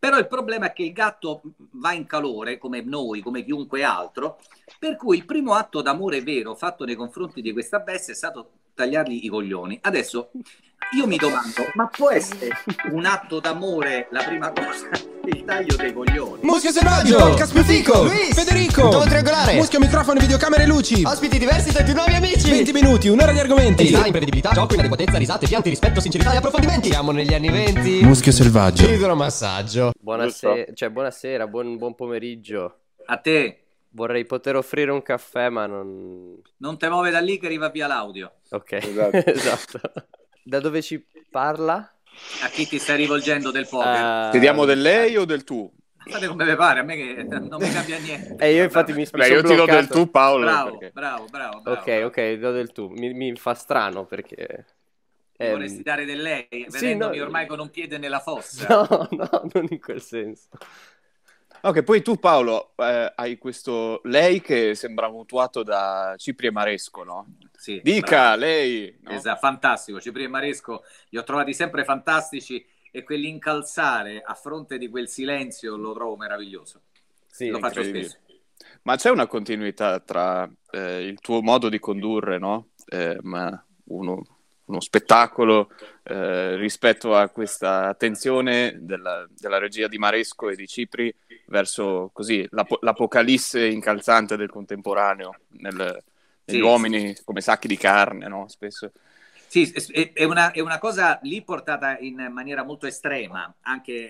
Però il problema è che il gatto va in calore, come noi, come chiunque altro, per cui il primo atto d'amore vero fatto nei confronti di questa bestia è stato tagliargli i coglioni. Adesso io mi domando, ma può essere un atto d'amore la prima cosa, il taglio dei coglioni? Muschio selvaggio, podcast più fico, Luis, Federico, Tono triangolare, muschio, microfono, videocamere e luci, ospiti diversi tra i più nuovi amici, 20 minuti, un'ora di argomenti, design, imprevedibilità, gioco, inadeguatezza, risate, pianti, rispetto, sincerità e approfondimenti. Siamo negli anni 20. Muschio selvaggio. Idromassaggio. Buonasera, buon pomeriggio. A te? Vorrei poter offrire un caffè, ma non... Non te muove da lì che arriva via l'audio. Ok, Esatto. esatto. Da dove ci parla? A chi ti stai rivolgendo del poker? Chiediamo del lei o del tu? Fate come vi pare, a me che non mi cambia niente. Io infatti mi Beh, sono io ti do del bloccato. tu, Paolo. Bravo, perché- bravo. Ok, do del tu. Mi fa strano perché... Vorresti dare del lei, sì, vedendomi no. ormai con un piede nella fossa. No, non in quel senso. Ok, poi tu, Paolo, hai questo lei che sembra mutuato da Cipri e Maresco, no? Sì, Dica, bravo. lei! No? Esatto, fantastico. Cipri e Maresco li ho trovati sempre fantastici e quell'incalzare a fronte di quel silenzio lo trovo meraviglioso. Sì, Lo faccio incredibile. spesso. Ma c'è una continuità tra il tuo modo di condurre, no? Ma uno spettacolo rispetto a questa attenzione della regia di Maresco e di Cipri verso così l'apocalisse incalzante del contemporaneo negli Sì. uomini come sacchi di carne, no? Spesso. Sì, è una cosa lì portata in maniera molto estrema, anche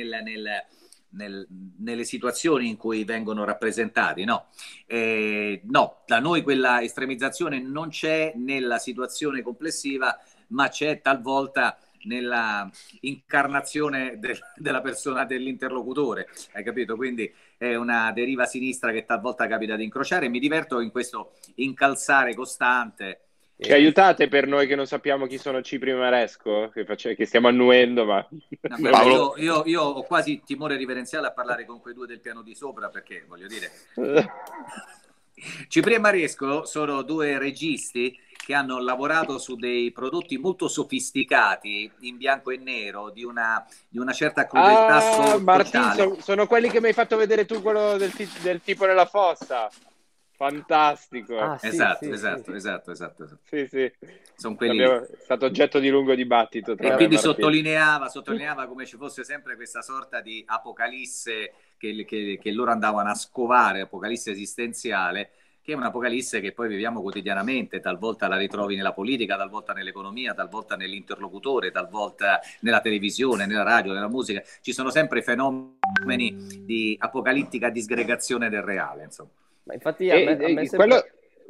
nelle situazioni in cui vengono rappresentati, no? No, da noi quella estremizzazione non c'è nella situazione complessiva, ma c'è talvolta nella incarnazione della persona, dell'interlocutore, hai capito? Quindi è una deriva sinistra che talvolta capita di incrociare e mi diverto in questo incalzare costante. Ci aiutate per noi che non sappiamo chi sono Cipri e Maresco? Che stiamo annuendo, ma... No, Paolo. io ho quasi timore riverenziale a parlare con quei due del piano di sopra perché, voglio dire, Cipri e Maresco sono due registi che hanno lavorato su dei prodotti molto sofisticati in bianco e nero di una certa crudeltà Martin, sociale. sono quelli che mi hai fatto vedere tu, quello del tipo nella fossa. Fantastico. Ah, sì, Esatto. Sì. Sono quelli lì. È stato oggetto di lungo dibattito tra E me quindi Martin. sottolineava come ci fosse sempre questa sorta di apocalisse che loro andavano a scovare, apocalisse esistenziale, che è un'apocalisse che poi viviamo quotidianamente, talvolta la ritrovi nella politica, talvolta nell'economia, talvolta nell'interlocutore, talvolta nella televisione, nella radio, nella musica. Ci sono sempre fenomeni di apocalittica disgregazione del reale, insomma. Ma infatti a me sempre... quello...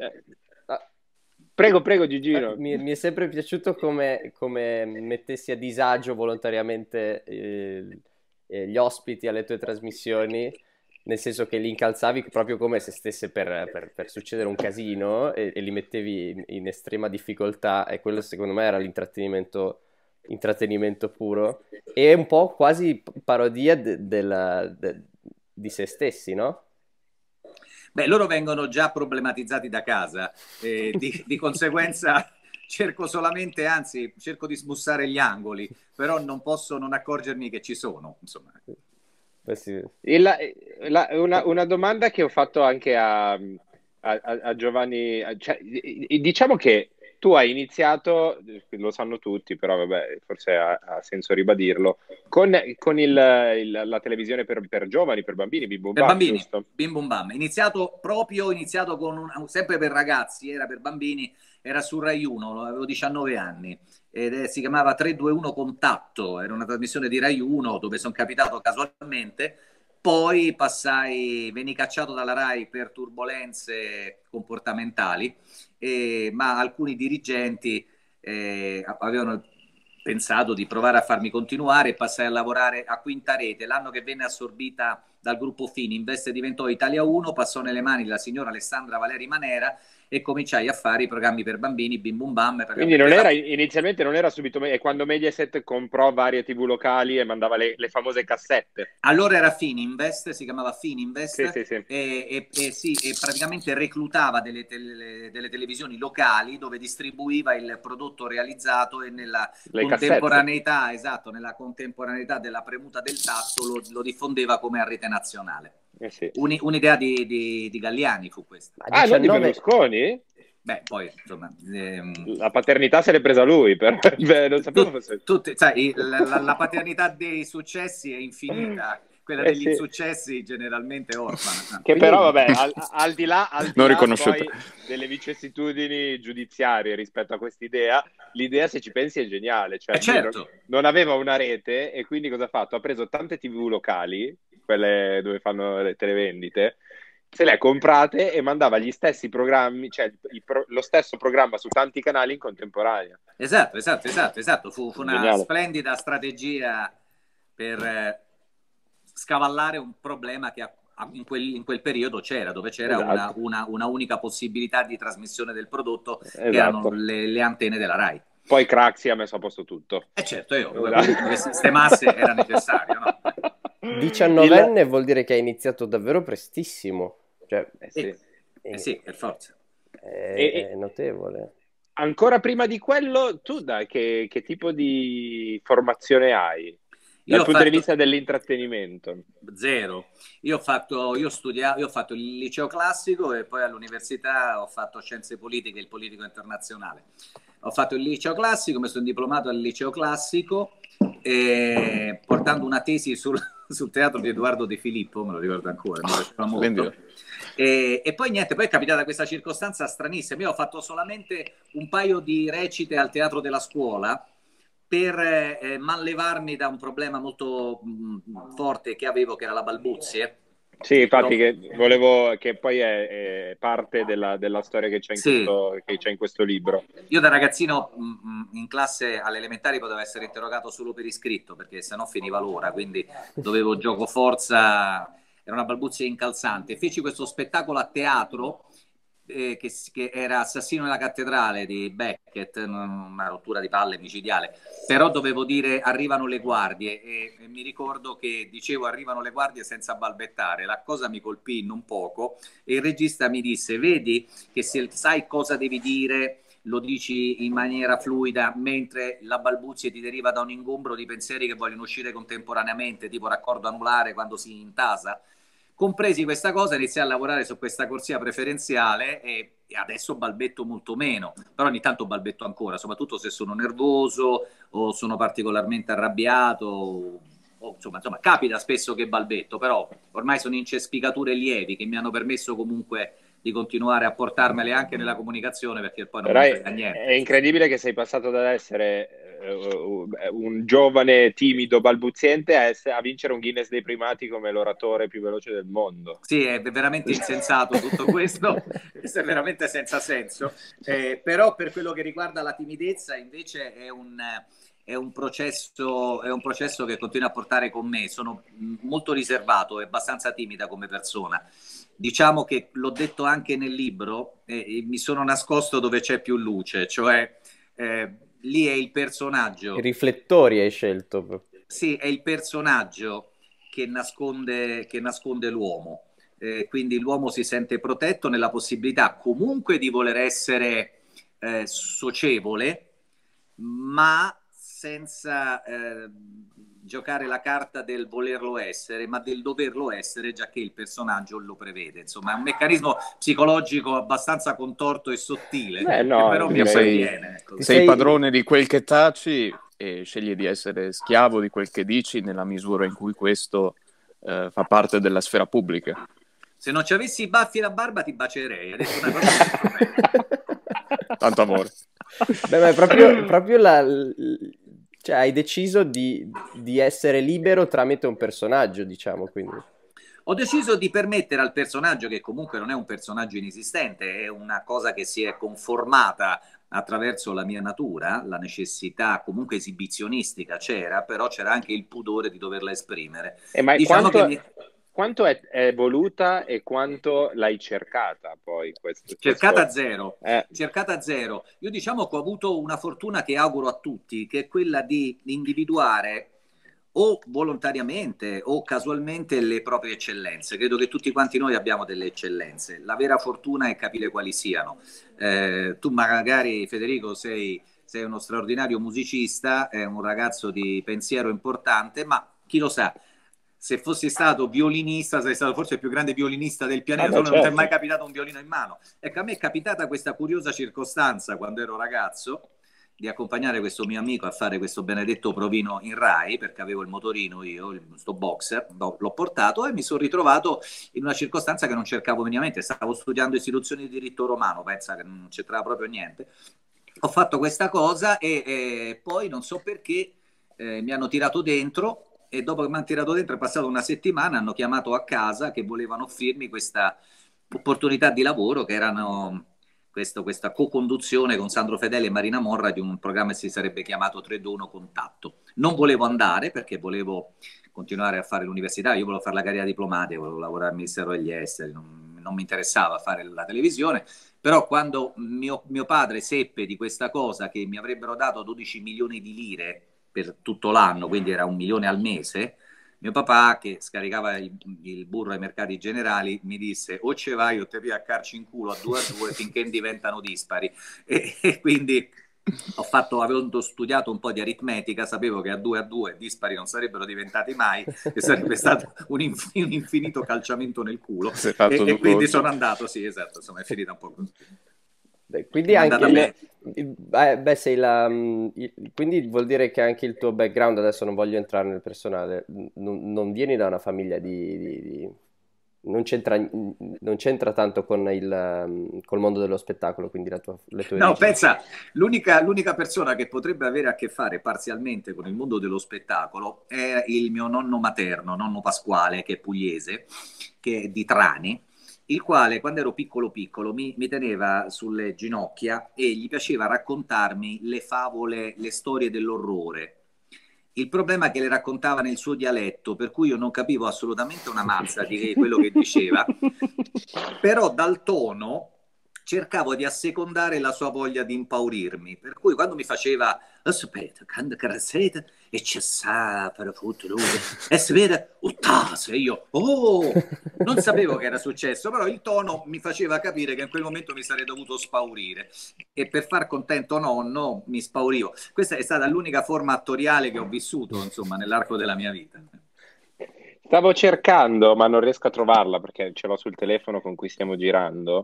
Prego, Gigino. Mi è sempre piaciuto come mettessi a disagio volontariamente gli ospiti alle tue trasmissioni, nel senso che li incalzavi proprio come se stesse per succedere un casino e li mettevi in estrema difficoltà, e quello secondo me era l'intrattenimento puro e un po' quasi parodia di se stessi, no? Beh, loro vengono già problematizzati da casa, di conseguenza cerco di smussare gli angoli, però non posso non accorgermi che ci sono, insomma. Sì. Una domanda che ho fatto anche a Giovanni, cioè, diciamo che tu hai iniziato, lo sanno tutti, però vabbè, forse ha senso ribadirlo, con la televisione per giovani, per bambini, Bim Bum Per Bam, bambini, giusto? Bim Bum Bam. Iniziato con sempre per ragazzi, era per bambini, era su Rai 1, avevo 19 anni ed si chiamava 321 Contatto, era una trasmissione di Rai 1 dove sono capitato casualmente, poi venni cacciato dalla Rai per turbolenze comportamentali, ma alcuni dirigenti avevano pensato di provare a farmi continuare e passai a lavorare a Quinta Rete, l'anno che venne assorbita dal gruppo Fininvest, diventò Italia 1, passò nelle mani della signora Alessandra Valeri Manera e cominciai a fare i programmi per bambini, Bim Bum Bam. Quindi inizialmente non era subito, è quando Mediaset comprò varie TV locali e mandava le famose cassette. Allora era Fininvest, si chiamava Fininvest, sì. E praticamente reclutava delle televisioni locali dove distribuiva il prodotto realizzato e nella contemporaneità, esatto, nella contemporaneità della premuta del tasto lo diffondeva come a rete nazionale. Sì. Un'idea di Galliani fu questa. Non di Berlusconi? Beh, poi insomma la paternità se l'è presa lui, non sapevo fosse... sai, la paternità dei successi è infinita, quella degli insuccessi generalmente orfana. Che però vabbè, al di là poi delle vicissitudini giudiziarie rispetto a quest'idea, l'idea, se ci pensi, è geniale. Cioè, certo. Non aveva una rete e quindi cosa ha fatto? Ha preso tante TV locali, quelle dove fanno le televendite, se le ha comprate e mandava gli stessi programmi, cioè lo stesso programma su tanti canali in contemporanea. Esatto. Fu una splendida strategia per scavallare un problema che in quel periodo c'era, dove c'era una unica possibilità di trasmissione del prodotto, che erano le antenne della Rai. Poi Craxi ha messo a posto tutto. Certo, che sistemasse era necessario, no? 19enne vuol dire che ha iniziato davvero prestissimo. Cioè, sì, per forza. È notevole. Ancora prima di quello, tu che tipo di formazione hai? Dal punto di vista dell'intrattenimento? Zero. Io ho fatto il liceo classico e poi all'università ho fatto scienze politiche e il politico internazionale. Ho fatto il liceo classico, mi sono diplomato al liceo classico portando una tesi sul teatro di Edoardo De Filippo, me lo ricordo ancora, mi piaceva molto. E poi niente, poi è capitata questa circostanza stranissima. Io ho fatto solamente un paio di recite al teatro della scuola per manlevarmi da un problema molto forte che avevo, che era la balbuzie. Sì, infatti, che poi è parte della storia che c'è in questo libro. Io da ragazzino in classe alle elementari potevo essere interrogato solo per iscritto, perché sennò finiva l'ora, quindi dovevo gioco forza, era una balbuzia incalzante. Feci questo spettacolo a teatro che era Assassino nella cattedrale di Beckett, una rottura di palle micidiale, però dovevo dire arrivano le guardie e mi ricordo che dicevo arrivano le guardie senza balbettare. La cosa mi colpì non poco e il regista mi disse: vedi che se sai cosa devi dire lo dici in maniera fluida, mentre la balbuzia ti deriva da un ingombro di pensieri che vogliono uscire contemporaneamente, tipo raccordo anulare quando si intasa. Compresi questa cosa, iniziai a lavorare su questa corsia preferenziale e adesso balbetto molto meno, però ogni tanto balbetto ancora, soprattutto se sono nervoso o sono particolarmente arrabbiato, o insomma capita spesso che balbetto, però ormai sono incespicature lievi che mi hanno permesso comunque di continuare a portarmele anche nella comunicazione, perché poi non mi frega niente. È incredibile che sei passato dall'essere un giovane timido balbuziente a vincere un Guinness dei primati come l'oratore più veloce del mondo. Sì, è veramente insensato tutto questo, questo è veramente senza senso, però per quello che riguarda la timidezza invece è un processo che continuo a portare con me. Sono molto riservato e abbastanza timida come persona. Diciamo che l'ho detto anche nel libro, mi sono nascosto dove c'è più luce, cioè lì è il personaggio. I riflettori hai scelto. Sì, è il personaggio che nasconde l'uomo. Quindi l'uomo si sente protetto nella possibilità comunque di voler essere socievole, ma senza giocare la carta del volerlo essere, ma del doverlo essere, già che il personaggio lo prevede. Insomma, è un meccanismo psicologico abbastanza contorto e sottile, che però mi conviene. Ecco. Sei padrone di quel che taci e scegli di essere schiavo di quel che dici nella misura in cui questo fa parte della sfera pubblica. Se non ci avessi i baffi e la barba ti bacerei. Adesso una cosa tanto amore. Beh, ma è proprio cioè, hai deciso di essere libero tramite un personaggio, diciamo, quindi. Ho deciso di permettere al personaggio, che comunque non è un personaggio inesistente, è una cosa che si è conformata attraverso la mia natura, la necessità comunque esibizionistica c'era, però c'era anche il pudore di doverla esprimere. Ma diciamo quanto è evoluta e quanto l'hai cercata poi? Cercata zero, Eh, cercata zero. Io diciamo che ho avuto una fortuna che auguro a tutti, che è quella di individuare o volontariamente o casualmente le proprie eccellenze. Credo che tutti quanti noi abbiamo delle eccellenze. La vera fortuna è capire quali siano. Tu magari, Federico, sei uno straordinario musicista, è un ragazzo di pensiero importante, ma chi lo sa, se fossi stato violinista, sarei stato forse il più grande violinista del pianeta, solo non ti è mai capitato un violino in mano. Ecco, a me è capitata questa curiosa circostanza quando ero ragazzo di accompagnare questo mio amico a fare questo benedetto provino in Rai, perché avevo il motorino io, sto boxer, l'ho portato e mi sono ritrovato in una circostanza che non cercavo minimamente. Stavo studiando istituzioni di diritto romano, pensa che non c'entrava proprio niente. Ho fatto questa cosa e poi non so perché mi hanno tirato dentro, e dopo che mi hanno tirato dentro è passata una settimana, hanno chiamato a casa che volevano offrirmi questa opportunità di lavoro, che erano questa co-conduzione con Sandro Fedele e Marina Morra di un programma che si sarebbe chiamato 321 Contatto. Non volevo andare perché volevo continuare a fare l'università, io volevo fare la carriera diplomatica, volevo lavorare al Ministero degli Esteri, non mi interessava fare la televisione, però quando mio padre seppe di questa cosa, che mi avrebbero dato 12 milioni di lire per tutto l'anno, quindi era 1 milione al mese, mio papà, che scaricava il burro ai mercati generali, mi disse: o ce vai o te piaccarci in culo a 2 finché diventano dispari. E quindi avevo studiato un po' di aritmetica, sapevo che a 2 dispari non sarebbero diventati mai e sarebbe stato un infinito calciamento nel culo. E quindi sono andato, sì, esatto, insomma è finita un po' così. Quindi anche quindi vuol dire che anche il tuo background, adesso non voglio entrare nel personale, non vieni da una famiglia non c'entra tanto col mondo dello spettacolo, quindi le tue No, origini. pensa, l'unica persona che potrebbe avere a che fare parzialmente con il mondo dello spettacolo è il mio nonno materno, nonno Pasquale, che è pugliese, che è di Trani, il quale quando ero piccolo mi teneva sulle ginocchia e gli piaceva raccontarmi le favole, le storie dell'orrore. Il problema è che le raccontava nel suo dialetto, per cui io non capivo assolutamente una mazza di quello che diceva, però dal tono cercavo di assecondare la sua voglia di impaurirmi, per cui quando mi faceva aspetta, quando carazeta e c'è per futuro e si vede e io non sapevo che era successo, però il tono mi faceva capire che in quel momento mi sarei dovuto spaurire e per far contento nonno mi spaurivo. Questa è stata l'unica forma attoriale che ho vissuto, insomma, nell'arco della mia vita. Stavo cercando, ma non riesco a trovarla perché ce l'ho sul telefono con cui stiamo girando.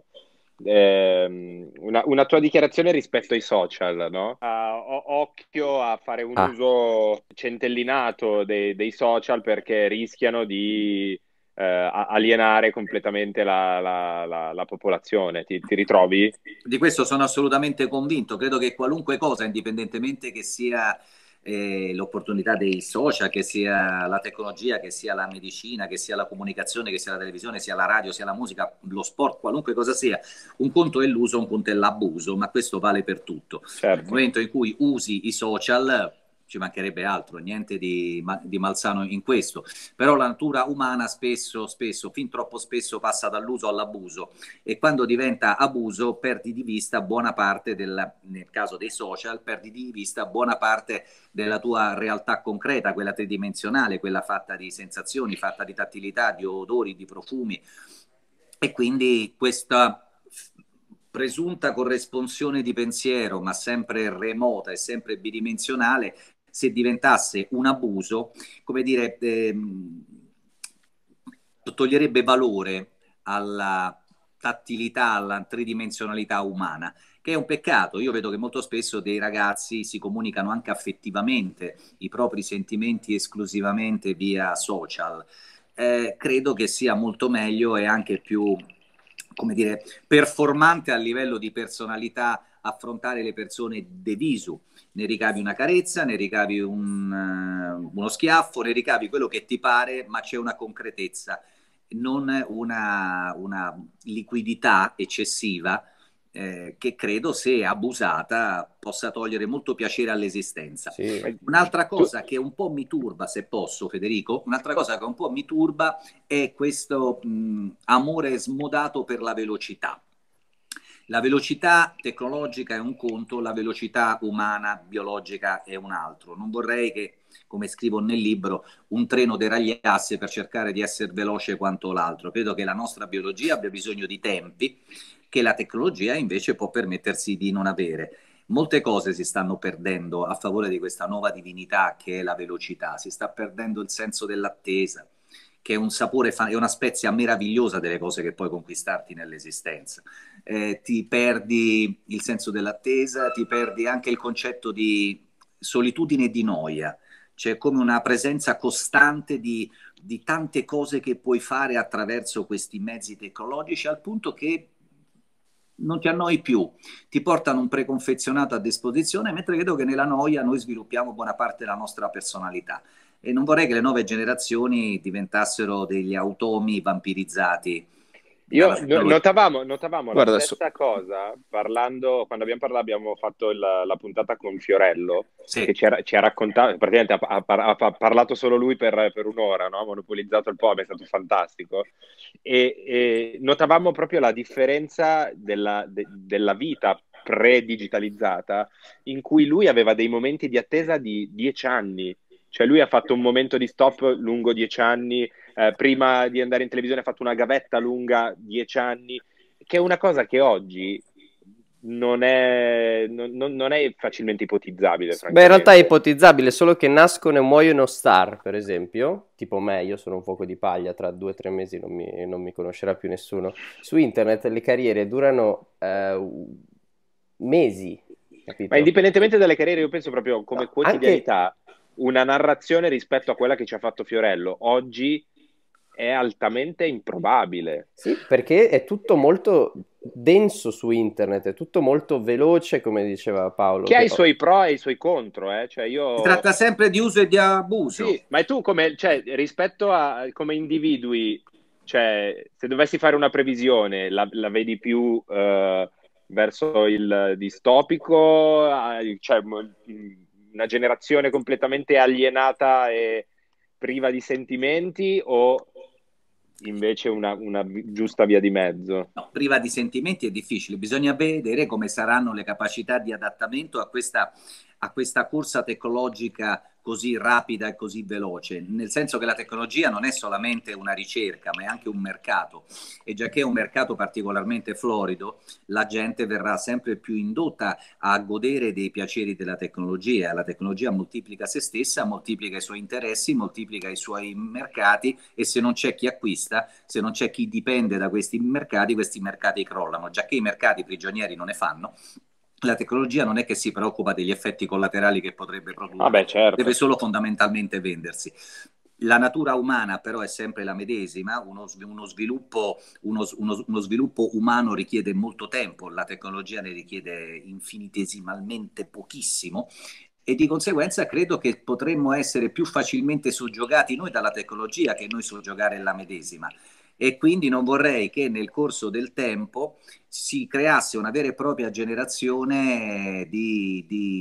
Una tua dichiarazione rispetto ai social, no? Occhio a fare un uso centellinato dei social perché rischiano di alienare completamente la popolazione. Ti ritrovi? Di questo sono assolutamente convinto. Credo che qualunque cosa, indipendentemente che sia l'opportunità dei social, che sia la tecnologia, che sia la medicina, che sia la comunicazione, che sia la televisione, sia la radio, sia la musica, lo sport, qualunque cosa sia, un conto è l'uso, un conto è l'abuso, ma questo vale per tutto. Certo. Nel momento in cui usi i social, ci mancherebbe altro, niente di malsano in questo, però la natura umana spesso, fin troppo spesso passa dall'uso all'abuso e quando diventa abuso perdi di vista buona parte nel caso dei social, perdi di vista buona parte della tua realtà concreta, quella tridimensionale, quella fatta di sensazioni, fatta di tattilità, di odori, di profumi e quindi questa presunta corresponsione di pensiero, ma sempre remota e sempre bidimensionale, se diventasse un abuso, come dire, toglierebbe valore alla tattilità, alla tridimensionalità umana, che è un peccato. Io vedo che molto spesso dei ragazzi si comunicano anche affettivamente i propri sentimenti esclusivamente via social. Credo che sia molto meglio e anche più, come dire, performante a livello di personalità affrontare le persone de visu. Ne ricavi una carezza, ne ricavi uno schiaffo, ne ricavi quello che ti pare, ma c'è una concretezza, non una liquidità eccessiva che credo, se abusata, possa togliere molto piacere all'esistenza. Sì. Un'altra cosa che un po' mi turba, se posso, Federico, un'altra cosa che un po' mi turba è questo amore smodato per la velocità. La velocità tecnologica è un conto, la velocità umana, biologica è un altro. Non vorrei che, come scrivo nel libro, un treno deragliasse per cercare di essere veloce quanto l'altro. Credo che la nostra biologia abbia bisogno di tempi che la tecnologia invece può permettersi di non avere. Molte cose si stanno perdendo a favore di questa nuova divinità che è la velocità. Si sta perdendo il senso dell'attesa, che è un sapore, è una spezia meravigliosa delle cose che puoi conquistarti nell'esistenza. Ti perdi il senso dell'attesa, ti perdi anche il concetto di solitudine e di noia. C'è come una presenza costante di tante cose che puoi fare attraverso questi mezzi tecnologici, al punto che non ti annoi più, ti portano un preconfezionato a disposizione, mentre credo che nella noia noi sviluppiamo buona parte della nostra personalità. E non vorrei che le nuove generazioni diventassero degli automi vampirizzati. Notavamo Guarda, la stessa cosa quando abbiamo fatto la puntata con Fiorello, Sì. che ci ha raccontato, praticamente ha parlato solo lui per un'ora, no? Ha monopolizzato il pub, è stato fantastico. E notavamo proprio la differenza della vita pre-digitalizzata, in cui lui aveva dei momenti di attesa di 10 anni. Cioè lui ha fatto un momento di stop lungo 10 anni, prima di andare in televisione ha fatto una gavetta lunga 10 anni, che è una cosa che oggi non è facilmente ipotizzabile. Beh, in realtà è ipotizzabile, solo che nascono e muoiono star, per esempio, tipo me, io sono un fuoco di paglia, tra 2 o 3 mesi non mi conoscerà più nessuno. Su internet le carriere durano mesi, capito? Ma indipendentemente dalle carriere, io penso proprio come quotidianità, una narrazione rispetto a quella che ci ha fatto Fiorello oggi è altamente improbabile. Sì, perché è tutto molto denso su internet, è tutto molto veloce, come diceva Paolo. Che ha i suoi pro e i suoi contro, Cioè Si tratta sempre di uso e di abuso. Sì, ma tu rispetto a come individui, cioè, se dovessi fare una previsione, la vedi più verso il distopico, cioè una generazione completamente alienata e priva di sentimenti, o invece una giusta via di mezzo? No, priva di sentimenti è difficile, bisogna vedere come saranno le capacità di adattamento a questa corsa tecnologica così rapida e così veloce, nel senso che la tecnologia non è solamente una ricerca, ma è anche un mercato, e già che è un mercato particolarmente florido, la gente verrà sempre più indotta a godere dei piaceri della tecnologia. La tecnologia moltiplica se stessa, moltiplica i suoi interessi, moltiplica i suoi mercati, e se non c'è chi acquista, se non c'è chi dipende da questi mercati crollano. Già che i mercati prigionieri non ne fanno, la tecnologia non è che si preoccupa degli effetti collaterali che potrebbe produrre, certo. Deve solo fondamentalmente vendersi. La natura umana però è sempre la medesima, uno sviluppo umano richiede molto tempo, la tecnologia ne richiede infinitesimalmente pochissimo, e di conseguenza credo che potremmo essere più facilmente soggiogati noi dalla tecnologia che noi soggiogare la medesima. E quindi non vorrei che nel corso del tempo si creasse una vera e propria generazione di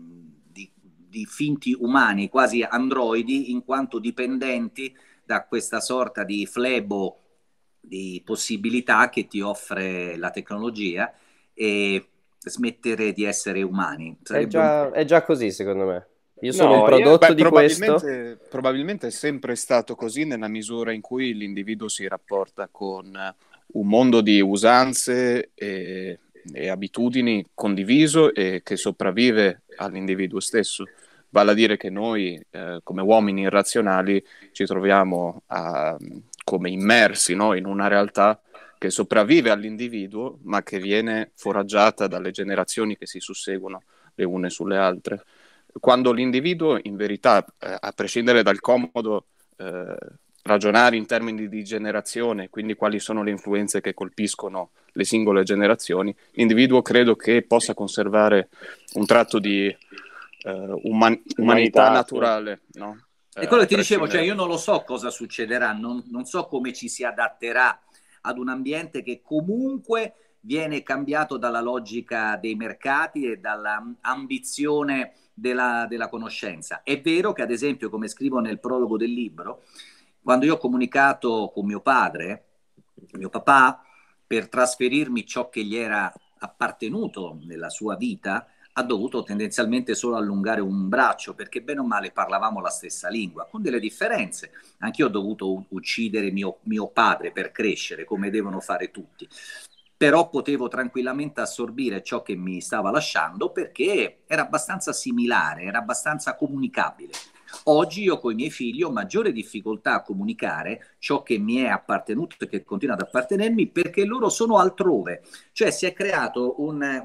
finti umani, quasi androidi, in quanto dipendenti da questa sorta di flebo di possibilità che ti offre la tecnologia, e smettere di essere umani. È già così, secondo me. Io sono un prodotto di questo. Probabilmente è sempre stato così, nella misura in cui l'individuo si rapporta con un mondo di usanze e abitudini condiviso e che sopravvive all'individuo stesso. Vale a dire che noi, come uomini irrazionali, ci troviamo come immersi, no, in una realtà che sopravvive all'individuo, ma che viene foraggiata dalle generazioni che si susseguono le une sulle altre. Quando l'individuo, in verità, a prescindere dal comodo ragionare in termini di generazione, quindi quali sono le influenze che colpiscono le singole generazioni, l'individuo credo che possa conservare un tratto di umanità naturale, no? E quello che ti dicevo, cioè io non lo so cosa succederà, non so come ci si adatterà ad un ambiente che comunque viene cambiato dalla logica dei mercati e dall'ambizione della conoscenza. È vero che, ad esempio, come scrivo nel prologo del libro, quando io ho comunicato con mio padre, mio papà, per trasferirmi ciò che gli era appartenuto nella sua vita, ha dovuto tendenzialmente solo allungare un braccio, perché bene o male parlavamo la stessa lingua, con delle differenze. Anch'io ho dovuto uccidere mio padre per crescere, come devono fare tutti. Però potevo tranquillamente assorbire ciò che mi stava lasciando, perché era abbastanza similare, era abbastanza comunicabile. Oggi io con i miei figli ho maggiore difficoltà a comunicare ciò che mi è appartenuto e che continua ad appartenermi, perché loro sono altrove. Cioè si è creato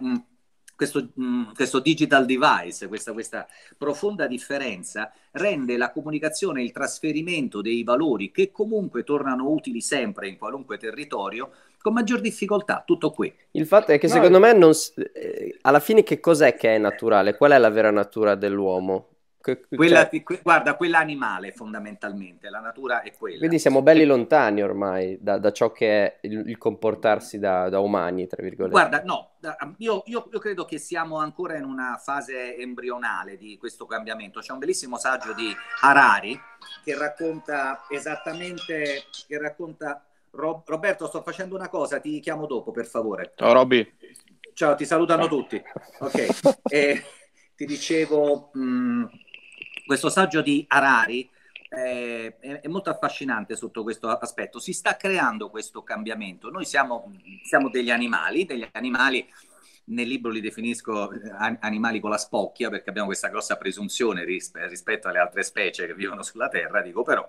questo digital device, questa profonda differenza rende la comunicazione, il trasferimento dei valori che comunque tornano utili sempre in qualunque territorio, con maggior difficoltà. Tutto qui. Il fatto è che secondo me alla fine che cos'è che è naturale? Qual è la vera natura dell'uomo? Guarda, quella animale fondamentalmente, la natura è quella. Quindi siamo belli lontani ormai da ciò che è il comportarsi da umani, tra virgolette. Guarda, no, io credo che siamo ancora in una fase embrionale di questo cambiamento. C'è un bellissimo saggio di Harari che racconta esattamente, Roberto, sto facendo una cosa, ti chiamo dopo, per favore. Ciao Robby. Ciao, ti salutano tutti. Ok, ti dicevo... questo saggio di Harari è molto affascinante sotto questo aspetto. Si sta creando questo cambiamento. Noi siamo degli animali nel libro li definisco animali con la spocchia, perché abbiamo questa grossa presunzione rispetto alle altre specie che vivono sulla Terra, dico, però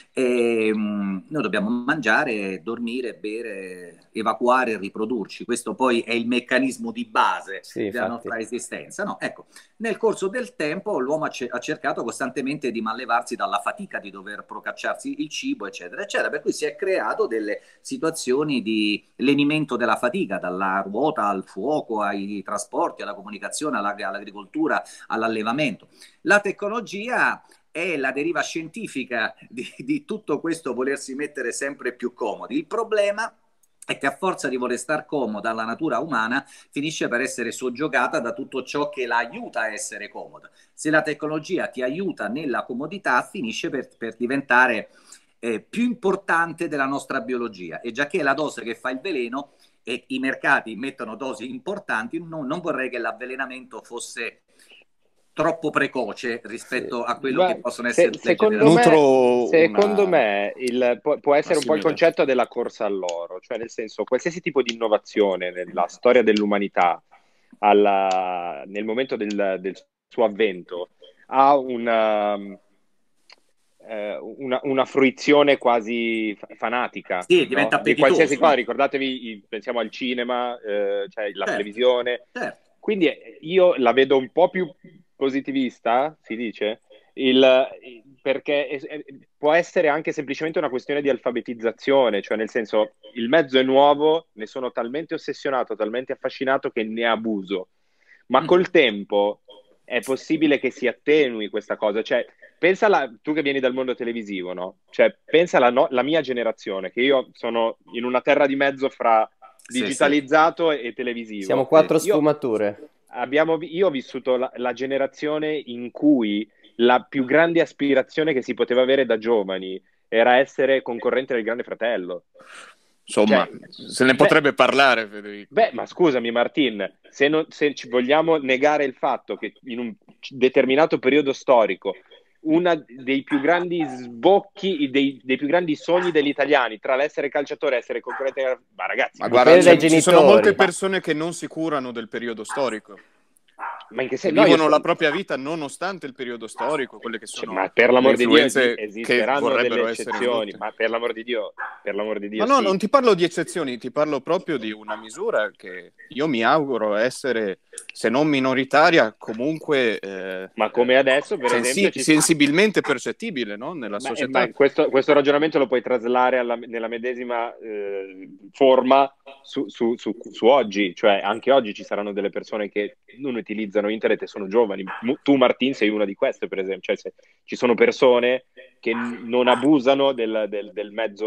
noi dobbiamo mangiare, dormire, bere, evacuare e riprodurci. Questo poi è il meccanismo di base della nostra esistenza, no? Ecco, nel corso del tempo l'uomo ha cercato costantemente di manlevarsi dalla fatica di dover procacciarsi il cibo, eccetera, eccetera, per cui si è creato delle situazioni di lenimento della fatica, dalla ruota al fuoco, ai trasporti, alla comunicazione, all'agricoltura, all'allevamento. La tecnologia è la deriva scientifica di tutto questo volersi mettere sempre più comodi. Il problema è che a forza di voler star comoda la natura umana finisce per essere soggiogata da tutto ciò che la aiuta a essere comoda. Se la tecnologia ti aiuta nella comodità, finisce per diventare più importante della nostra biologia, e già che è la dose che fa il veleno e i mercati mettono dosi importanti, non vorrei che l'avvelenamento fosse troppo precoce rispetto a quello che possono essere secondo me può essere un po' il concetto della corsa all'oro, cioè nel senso, qualsiasi tipo di innovazione nella storia dell'umanità nel momento del suo avvento ha una fruizione quasi fanatica, sì, diventa no? Di qualsiasi cosa. Ricordatevi, pensiamo al cinema, cioè la televisione. Quindi io la vedo un po' più positivista, si dice, perché può essere anche semplicemente una questione di alfabetizzazione, cioè nel senso, il mezzo è nuovo, ne sono talmente ossessionato, talmente affascinato che ne abuso, ma col tempo è possibile che si attenui questa cosa. Cioè, pensa tu che vieni dal mondo televisivo, no? Cioè, pensa la mia generazione, che io sono in una terra di mezzo fra digitalizzato e televisivo. Siamo quattro sfumature. Io ho vissuto la generazione in cui la più grande aspirazione che si poteva avere da giovani era essere concorrente del Grande Fratello. Insomma, se ne potrebbe parlare, Federico. Ma scusami Martin, se ci vogliamo negare il fatto che in un determinato periodo storico uno dei più grandi sbocchi, dei più grandi sogni degli italiani tra l'essere calciatore e essere concorrente, ma ragazzi, ma guarda, ci sono molte persone che non si curano del periodo storico, ma in che vivono la propria vita nonostante il periodo storico, quelle che sono ma per l'amor di Dio esisteranno delle eccezioni, ma per l'amor di Dio ma no, non ti parlo di eccezioni, ti parlo proprio di una misura che io mi auguro essere, se non minoritaria, comunque ma come adesso per esempio sensibilmente percettibile, no? Nella società. Ma questo ragionamento lo puoi traslare nella medesima forma su oggi, cioè anche oggi ci saranno delle persone che non utilizzano internet e sono giovani. Tu Martin sei una di queste, per esempio, cioè ci sono persone che non abusano del mezzo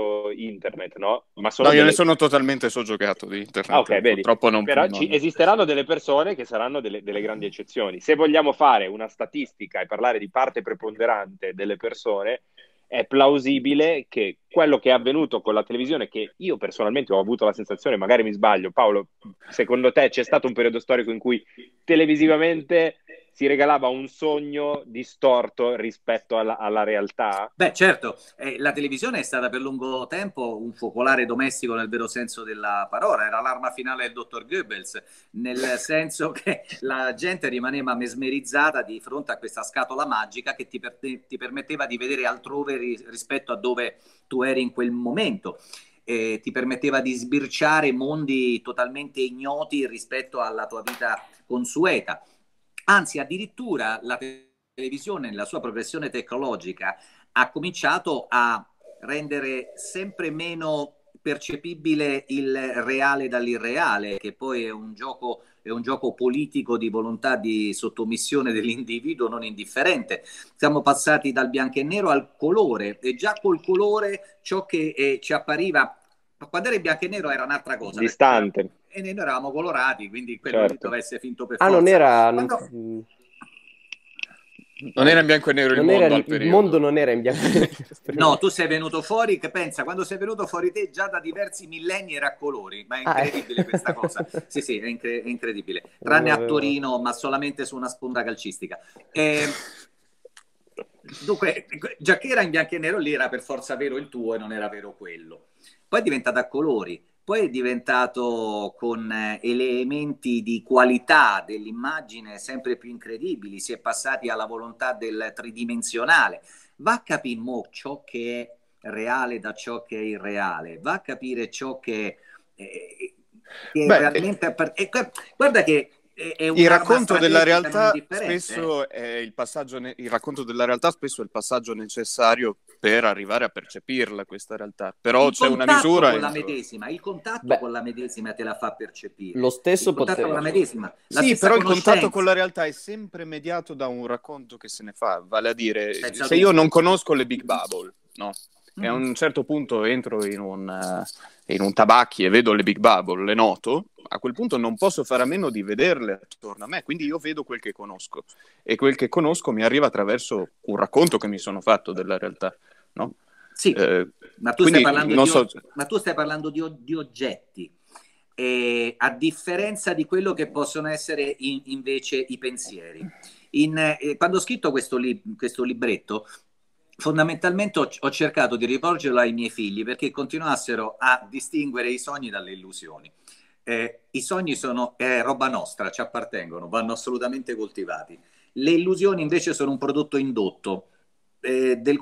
internet, no? Ma No, io ne sono totalmente soggiogato di internet. Ok, vedi. Purtroppo non. Però esisteranno delle persone che saranno delle grandi eccezioni. Se vogliamo fare una statistica e parlare di parte preponderante delle persone, è plausibile che quello che è avvenuto con la televisione, che io personalmente ho avuto la sensazione, magari mi sbaglio, Paolo, secondo te c'è stato un periodo storico in cui televisivamente si regalava un sogno distorto rispetto alla realtà? Beh, certo, la televisione è stata per lungo tempo un focolare domestico nel vero senso della parola, era l'arma finale del dottor Goebbels, nel senso che la gente rimaneva mesmerizzata di fronte a questa scatola magica che ti permetteva di vedere altrove rispetto a dove tu eri in quel momento. Ti permetteva di sbirciare mondi totalmente ignoti rispetto alla tua vita consueta. Anzi, addirittura la televisione, nella sua progressione tecnologica, ha cominciato a rendere sempre meno percepibile il reale dall'irreale, che poi è un gioco politico di volontà di sottomissione dell'individuo non indifferente. Siamo passati dal bianco e nero al colore, e già col colore ciò che ci appariva quando era in bianco e nero era un'altra cosa. Distante. E noi eravamo colorati, quindi quello lì doveva essere finto per forza. Non era... Non era in bianco e nero il mondo al periodo. Il mondo non era in bianco e nero. No, tu sei venuto fuori, che pensa, quando sei venuto fuori te già da diversi millenni era a colori, ma è incredibile questa cosa. Sì, è incredibile. Tranne a Torino, ma solamente su una sponda calcistica. Dunque, già che era in bianco e nero lì era per forza vero il tuo e non era vero quello. Poi è diventato a colori. Poi è diventato con elementi di qualità dell'immagine sempre più incredibili, si è passati alla volontà del tridimensionale. Va a capire ciò che è reale da ciò che è irreale, va a capire ciò che realmente... guarda che il racconto della realtà spesso è il passaggio il racconto della realtà spesso è il passaggio necessario per arrivare a percepirla questa realtà, però c'è una misura con la medesima, il contatto con la medesima te la fa percepire. Lo stesso con la medesima, sì, però il contatto con la realtà è sempre mediato da un racconto che se ne fa, vale a dire se io non conosco le Big Bubble, no? E a un certo punto entro in un tabacchi e vedo le Big Bubble, le noto, a quel punto non posso fare a meno di vederle attorno a me, quindi io vedo quel che conosco e quel che conosco mi arriva attraverso un racconto che mi sono fatto della realtà, no? Sì, ma tu stai parlando di oggetti, a differenza di quello che possono essere invece i pensieri. Quando ho scritto questo libretto, fondamentalmente ho cercato di rivolgerlo ai miei figli perché continuassero a distinguere i sogni dalle illusioni. I sogni sono roba nostra, ci appartengono, vanno assolutamente coltivati. Le illusioni invece sono un prodotto indotto, dal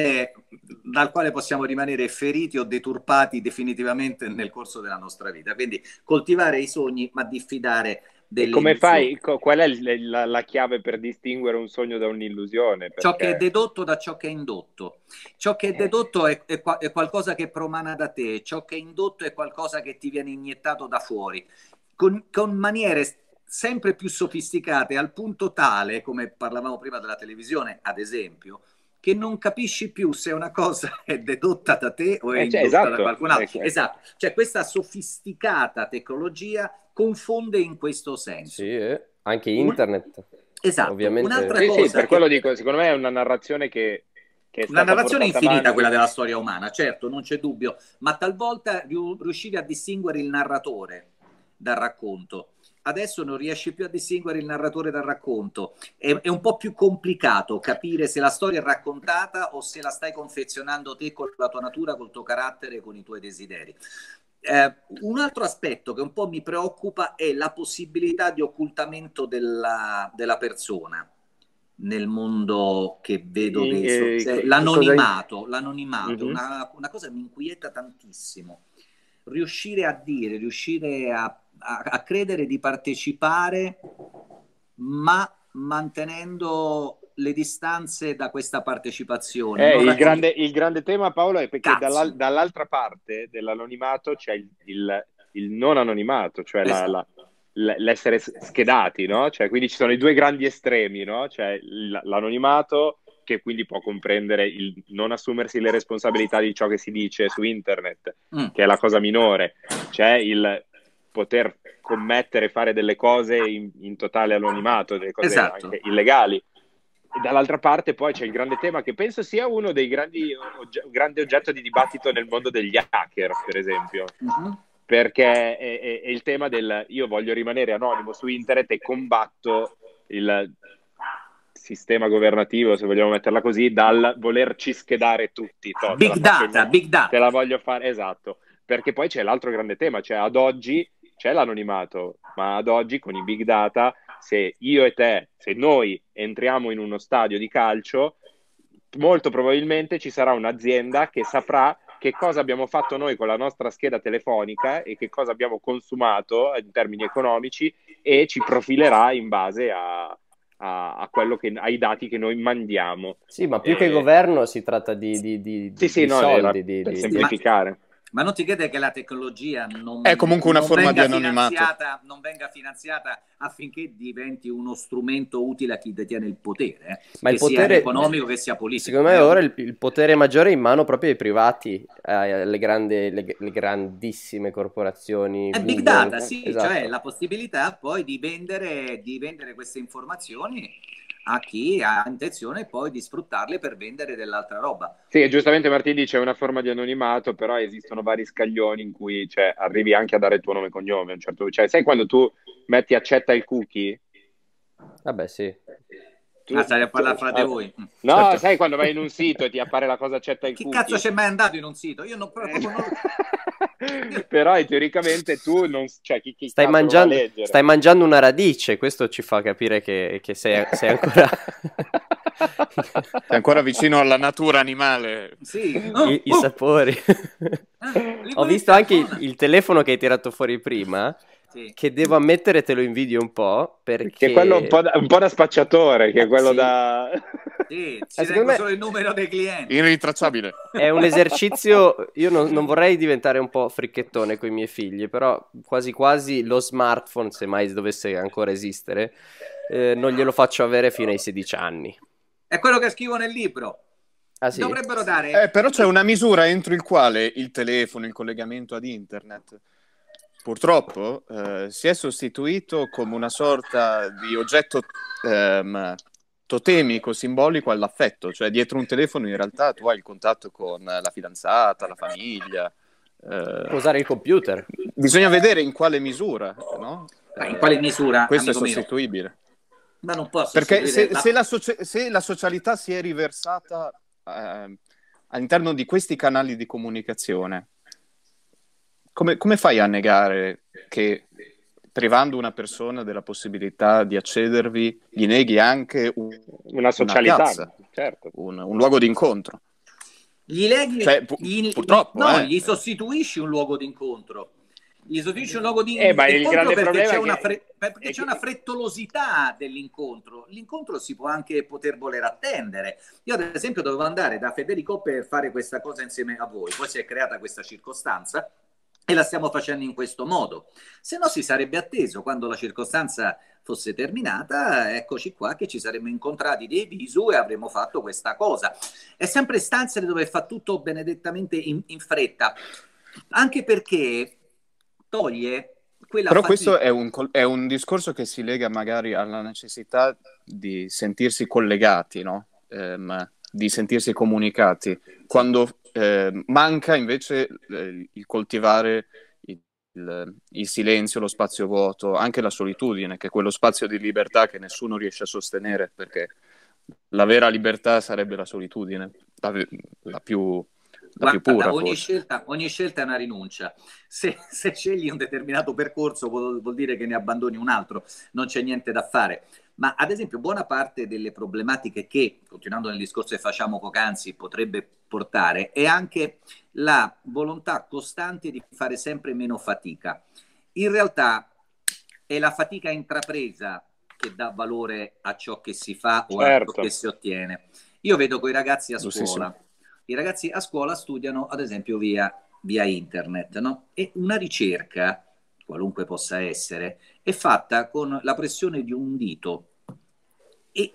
quale possiamo rimanere feriti o deturpati definitivamente nel corso della nostra vita. Quindi coltivare i sogni, ma diffidare delle come illusioni. fai? Qual è la chiave per distinguere un sogno da un'illusione? Perché... Ciò che è dedotto da ciò che è indotto. Ciò che è dedotto è qualcosa che promana da te, ciò che è indotto è qualcosa che ti viene iniettato da fuori, con maniere sempre più sofisticate, al punto tale, come parlavamo prima della televisione, ad esempio, che non capisci più se una cosa è dedotta da te o è indotta da qualcun altro. Esatto. Cioè questa sofisticata tecnologia confonde in questo senso. Sì, anche internet. Esatto. Ovviamente. Un'altra cosa per quello dico, secondo me è una narrazione che è una narrazione infinita, avanti. quella della storia umana, certo, non c'è dubbio, ma talvolta riuscivi a distinguere il narratore dal racconto. Adesso non riesci più a distinguere il narratore dal racconto. È un po' più complicato capire se la storia è raccontata o se la stai confezionando te con la tua natura, col tuo carattere, con i tuoi desideri. Un altro aspetto che un po' mi preoccupa è la possibilità di occultamento della persona nel mondo che vedo adesso. L'anonimato è una cosa che mi inquieta tantissimo. Riuscire a dire, riuscire a credere di partecipare, ma mantenendo le distanze da questa partecipazione. Il grande tema, Paolo, è perché dall'altra parte dell'anonimato c'è il non anonimato, cioè l'essere schedati, no? Cioè, quindi ci sono i due grandi estremi, no? Cioè l'anonimato che quindi può comprendere il non assumersi le responsabilità di ciò che si dice su internet, che è la cosa minore. C'è il poter commettere, fare delle cose in totale anonimato, delle cose anche illegali. E dall'altra parte poi c'è il grande tema che penso sia uno dei grandi oggetto di dibattito nel mondo degli hacker, per esempio, perché è il tema del io voglio rimanere anonimo su internet e combatto il sistema governativo, se vogliamo metterla così, dal volerci schedare tutti. Big data. Te la voglio fare, esatto, perché poi c'è l'altro grande tema, cioè ad oggi c'è l'anonimato, ma ad oggi con i big data, se io e te, se noi entriamo in uno stadio di calcio, molto probabilmente ci sarà un'azienda che saprà che cosa abbiamo fatto noi con la nostra scheda telefonica e che cosa abbiamo consumato in termini economici e ci profilerà in base a quello ai dati che noi mandiamo. Sì, ma più che governo si tratta di soldi, per semplificare. Ma non ti crede che la tecnologia non è comunque una forma di anonimato, non venga finanziata affinché diventi uno strumento utile a chi detiene il potere, ma che il potere sia economico che sia politico? Secondo me ora il potere maggiore è in mano proprio ai privati, alle grandissime corporazioni. È Google, big data, sì, esatto. Cioè la possibilità poi di vendere queste informazioni a chi ha intenzione poi di sfruttarle per vendere dell'altra roba. Sì, giustamente Martini dice è una forma di anonimato, però esistono vari scaglioni in cui arrivi anche a dare il tuo nome e cognome. Sai quando tu metti accetta il cookie? Vabbè, sì. Stai a parlare fra di voi. No, Certo. sai quando vai in un sito e ti appare la cosa accetta il Chi cookie? cazzo c'è mai andato in un sito? Io non proprio non... Però teoricamente tu non... chi stai mangiando una radice, questo ci fa capire che sei ancora... Sei ancora vicino alla natura animale. Sì. I sapori. Ho visto anche il telefono che hai tirato fuori prima, sì, che devo ammettere te lo invidio un po', perché... Che è quello un po' da spacciatore, che è quello sì, da... Sì, ci tengo solo il numero dei clienti. Irritracciabile. È un esercizio, io non vorrei diventare un po' fricchettone con i miei figli, però quasi quasi lo smartphone, se mai dovesse ancora esistere, non glielo faccio avere fino ai 16 anni. È quello che scrivo nel libro. Ah, sì? Dovrebbero dare... Però c'è una misura entro il quale il telefono, il collegamento ad internet, purtroppo si è sostituito come una sorta di oggetto totemico, simbolico all'affetto. Cioè dietro un telefono in realtà tu hai il contatto con la fidanzata, la famiglia. Puoi usare il computer. Bisogna vedere in quale misura, no? In quale misura? Questo è sostituibile. Ma non posso, perché se la socialità si è riversata all'interno di questi canali di comunicazione, come fai a negare che privando una persona della possibilità di accedervi gli neghi anche una socialità, una piazza, certo, un luogo di incontro? Gli leghi, purtroppo gli sostituisci un luogo di incontro. Gli sostituisce un luogo di ma il grande perché problema c'è una frettolosità dell'incontro. L'incontro si può anche poter voler attendere. Io ad esempio dovevo andare da Federico per fare questa cosa insieme a voi, poi si è creata questa circostanza e la stiamo facendo in questo modo. Se no si sarebbe atteso quando la circostanza fosse terminata, eccoci qua che ci saremmo incontrati di visu e avremmo fatto questa cosa. È sempre istanza di dover fare tutto benedettamente in fretta, anche perché toglie quella Però fatica. questo è un discorso che si lega magari alla necessità di sentirsi collegati, no? Di sentirsi comunicati, quando manca invece il coltivare il silenzio, lo spazio vuoto, anche la solitudine, che è quello spazio di libertà che nessuno riesce a sostenere, perché la vera libertà sarebbe la solitudine, la più pura. Ogni scelta è una rinuncia. Se scegli un determinato percorso vuol dire che ne abbandoni un altro, non c'è niente da fare. Ma ad esempio buona parte delle problematiche che, continuando nel discorso che facciamo poc'anzi, potrebbe portare è anche la volontà costante di fare sempre meno fatica. In realtà è la fatica intrapresa che dà valore a ciò che si fa o a ciò che si ottiene. Io vedo coi ragazzi a scuola. I ragazzi a scuola studiano ad esempio via internet, no? E una ricerca, qualunque possa essere, è fatta con la pressione di un dito e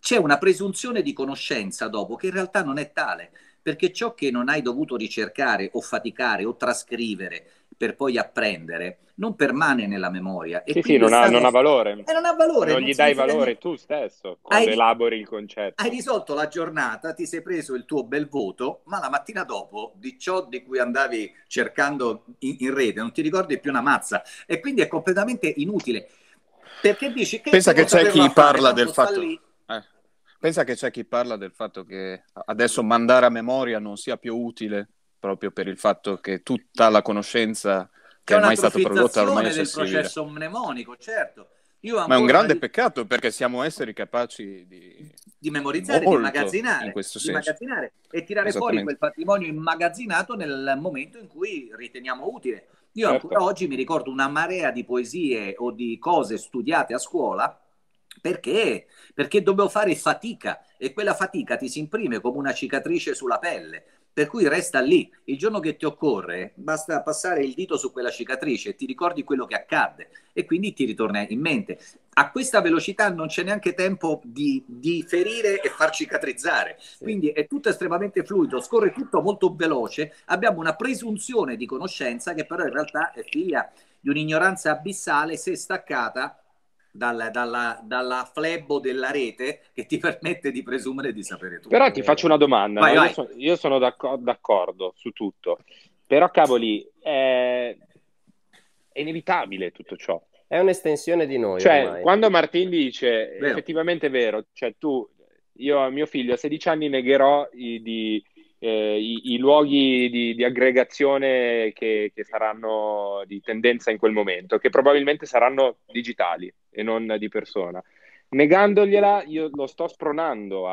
c'è una presunzione di conoscenza dopo che in realtà non è tale, perché ciò che non hai dovuto ricercare o faticare o trascrivere per poi apprendere non permane nella memoria. E Sì, non ha valore. Non ha valore. Non gli dai valore tu stesso quando elabori il concetto. Hai risolto la giornata, ti sei preso il tuo bel voto, ma la mattina dopo di ciò di cui andavi cercando in rete non ti ricordi più una mazza. E quindi è completamente inutile. Perché dici che pensa che c'è chi parla del fatto... Lì. Pensa che c'è chi parla del fatto che adesso mandare a memoria non sia più utile proprio per il fatto che tutta la conoscenza che è mai stata prodotta ormai è del accessibile. Processo mnemonico, certo. Ma è un grande peccato perché siamo esseri capaci di memorizzare, di immagazzinare, in questo senso. E tirare fuori quel patrimonio immagazzinato nel momento in cui riteniamo utile. Io ancora oggi mi ricordo una marea di poesie o di cose studiate a scuola perché dovevo fare fatica e quella fatica ti si imprime come una cicatrice sulla pelle, per cui resta lì. Il giorno che ti occorre basta passare il dito su quella cicatrice e ti ricordi quello che accadde e quindi ti ritorna in mente. A questa velocità non c'è neanche tempo di ferire e far cicatrizzare, quindi è tutto estremamente fluido, scorre tutto molto veloce, abbiamo una presunzione di conoscenza che però in realtà è figlia di un'ignoranza abissale se staccata dalla flebbo della rete che ti permette di presumere di sapere tutto. Però ti faccio una domanda, vai, no? vai. Io sono d'accordo su tutto, però cavoli, è inevitabile tutto ciò. È un'estensione di noi. Cioè, ormai. quando Martin dice, effettivamente è vero, cioè io a mio figlio a 16 anni negherò i luoghi di aggregazione che saranno di tendenza in quel momento, che probabilmente saranno digitali e non di persona. Negandogliela, io lo sto spronando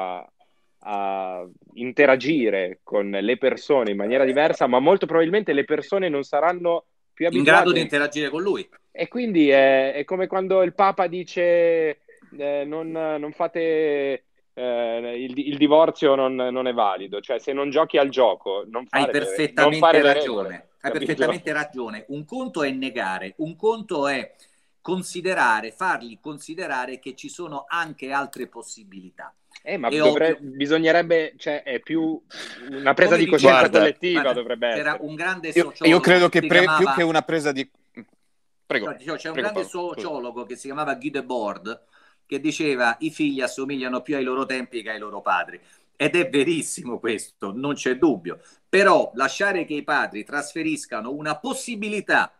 a interagire con le persone in maniera diversa, ma molto probabilmente le persone non saranno più abituate. In grado di interagire con lui. E quindi è come quando il Papa dice non fate... il divorzio non è valido, cioè se non giochi al gioco hai perfettamente ragione. Hai perfettamente ragione. Un conto è negare, un conto è fargli considerare che ci sono anche altre possibilità. Ma bisognerebbe, cioè è più una presa di coscienza collettiva, dovrebbe essere. C'era un grande sociologo. Io credo che più che una presa di... Prego. C'è un grande sociologo che si chiamava Guy Debord che diceva i figli assomigliano più ai loro tempi che ai loro padri. Ed è verissimo questo, non c'è dubbio. Però lasciare che i padri trasferiscano una possibilità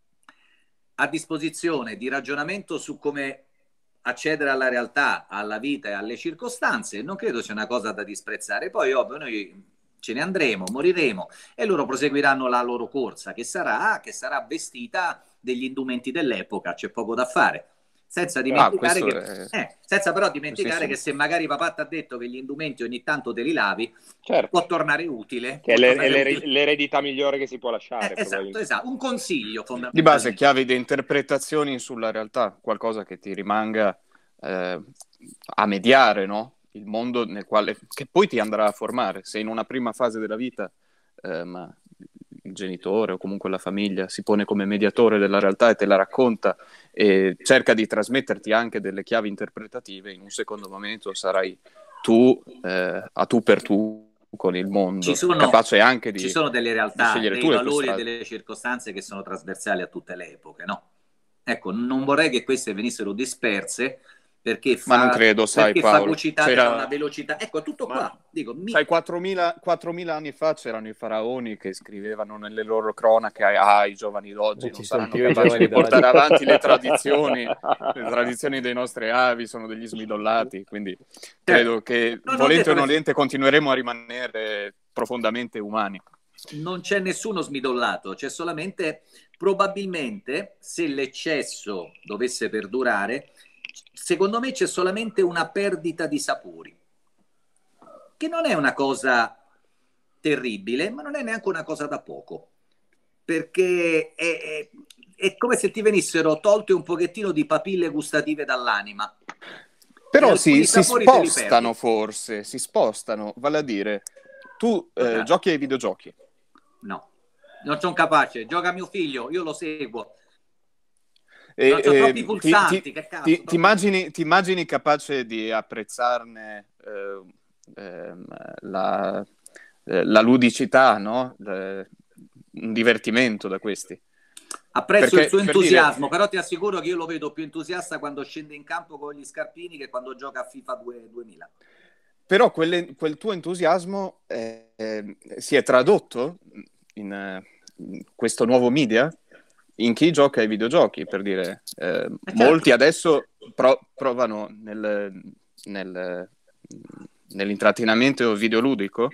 a disposizione di ragionamento su come accedere alla realtà, alla vita e alle circostanze, non credo sia una cosa da disprezzare. Poi ovvio noi ce ne andremo, moriremo e loro proseguiranno la loro corsa che sarà vestita degli indumenti dell'epoca, c'è poco da fare. Senza dimenticare senza però dimenticare che se magari papà ti ha detto che gli indumenti ogni tanto te li lavi, può tornare utile. Che è l'eredità migliore che si può lasciare. Esatto, un consiglio fondamentale. Di base chiavi di interpretazioni sulla realtà, qualcosa che ti rimanga a mediare, no? Il mondo nel quale, che poi ti andrà a formare. Se in una prima fase della vita ma il genitore o comunque la famiglia si pone come mediatore della realtà e te la racconta e cerca di trasmetterti anche delle chiavi interpretative, in un secondo momento sarai tu a tu per tu con il mondo, capace anche di... Ci sono delle realtà, dei valori e strade. Delle circostanze che sono trasversali a tutte le epoche, no? Ecco, non vorrei che queste venissero disperse perché non credo, sai Paolo, fagocitate da una velocità. Ecco, tutto qua. Dico, sai, 4.000 anni fa c'erano i faraoni che scrivevano nelle loro cronache i giovani d'oggi non saranno capaci di portare avanti le tradizioni dei nostri avi, sono degli smidollati, quindi credo che volente o nolente continueremo a rimanere profondamente umani. Non c'è nessuno smidollato, c'è solamente, probabilmente, se l'eccesso dovesse perdurare, secondo me c'è solamente una perdita di sapori, che non è una cosa terribile, ma non è neanche una cosa da poco, perché è come se ti venissero tolte un pochettino di papille gustative dall'anima. Però si spostano forse, vale a dire, tu giochi ai videogiochi? No, non sono capace, gioca mio figlio, io lo seguo. C'ho troppi pulsanti, che cazzo, ti immagini capace di apprezzarne la ludicità, no? Un divertimento da questi. Apprezzo Perché, il suo per entusiasmo, dire- però ti assicuro che io lo vedo più entusiasta quando scende in campo con gli scarpini che quando gioca a FIFA 2000. Però quel tuo entusiasmo si è tradotto in questo nuovo media in chi gioca ai videogiochi, per dire. Certo. Molti adesso provano nell'intrattenimento videoludico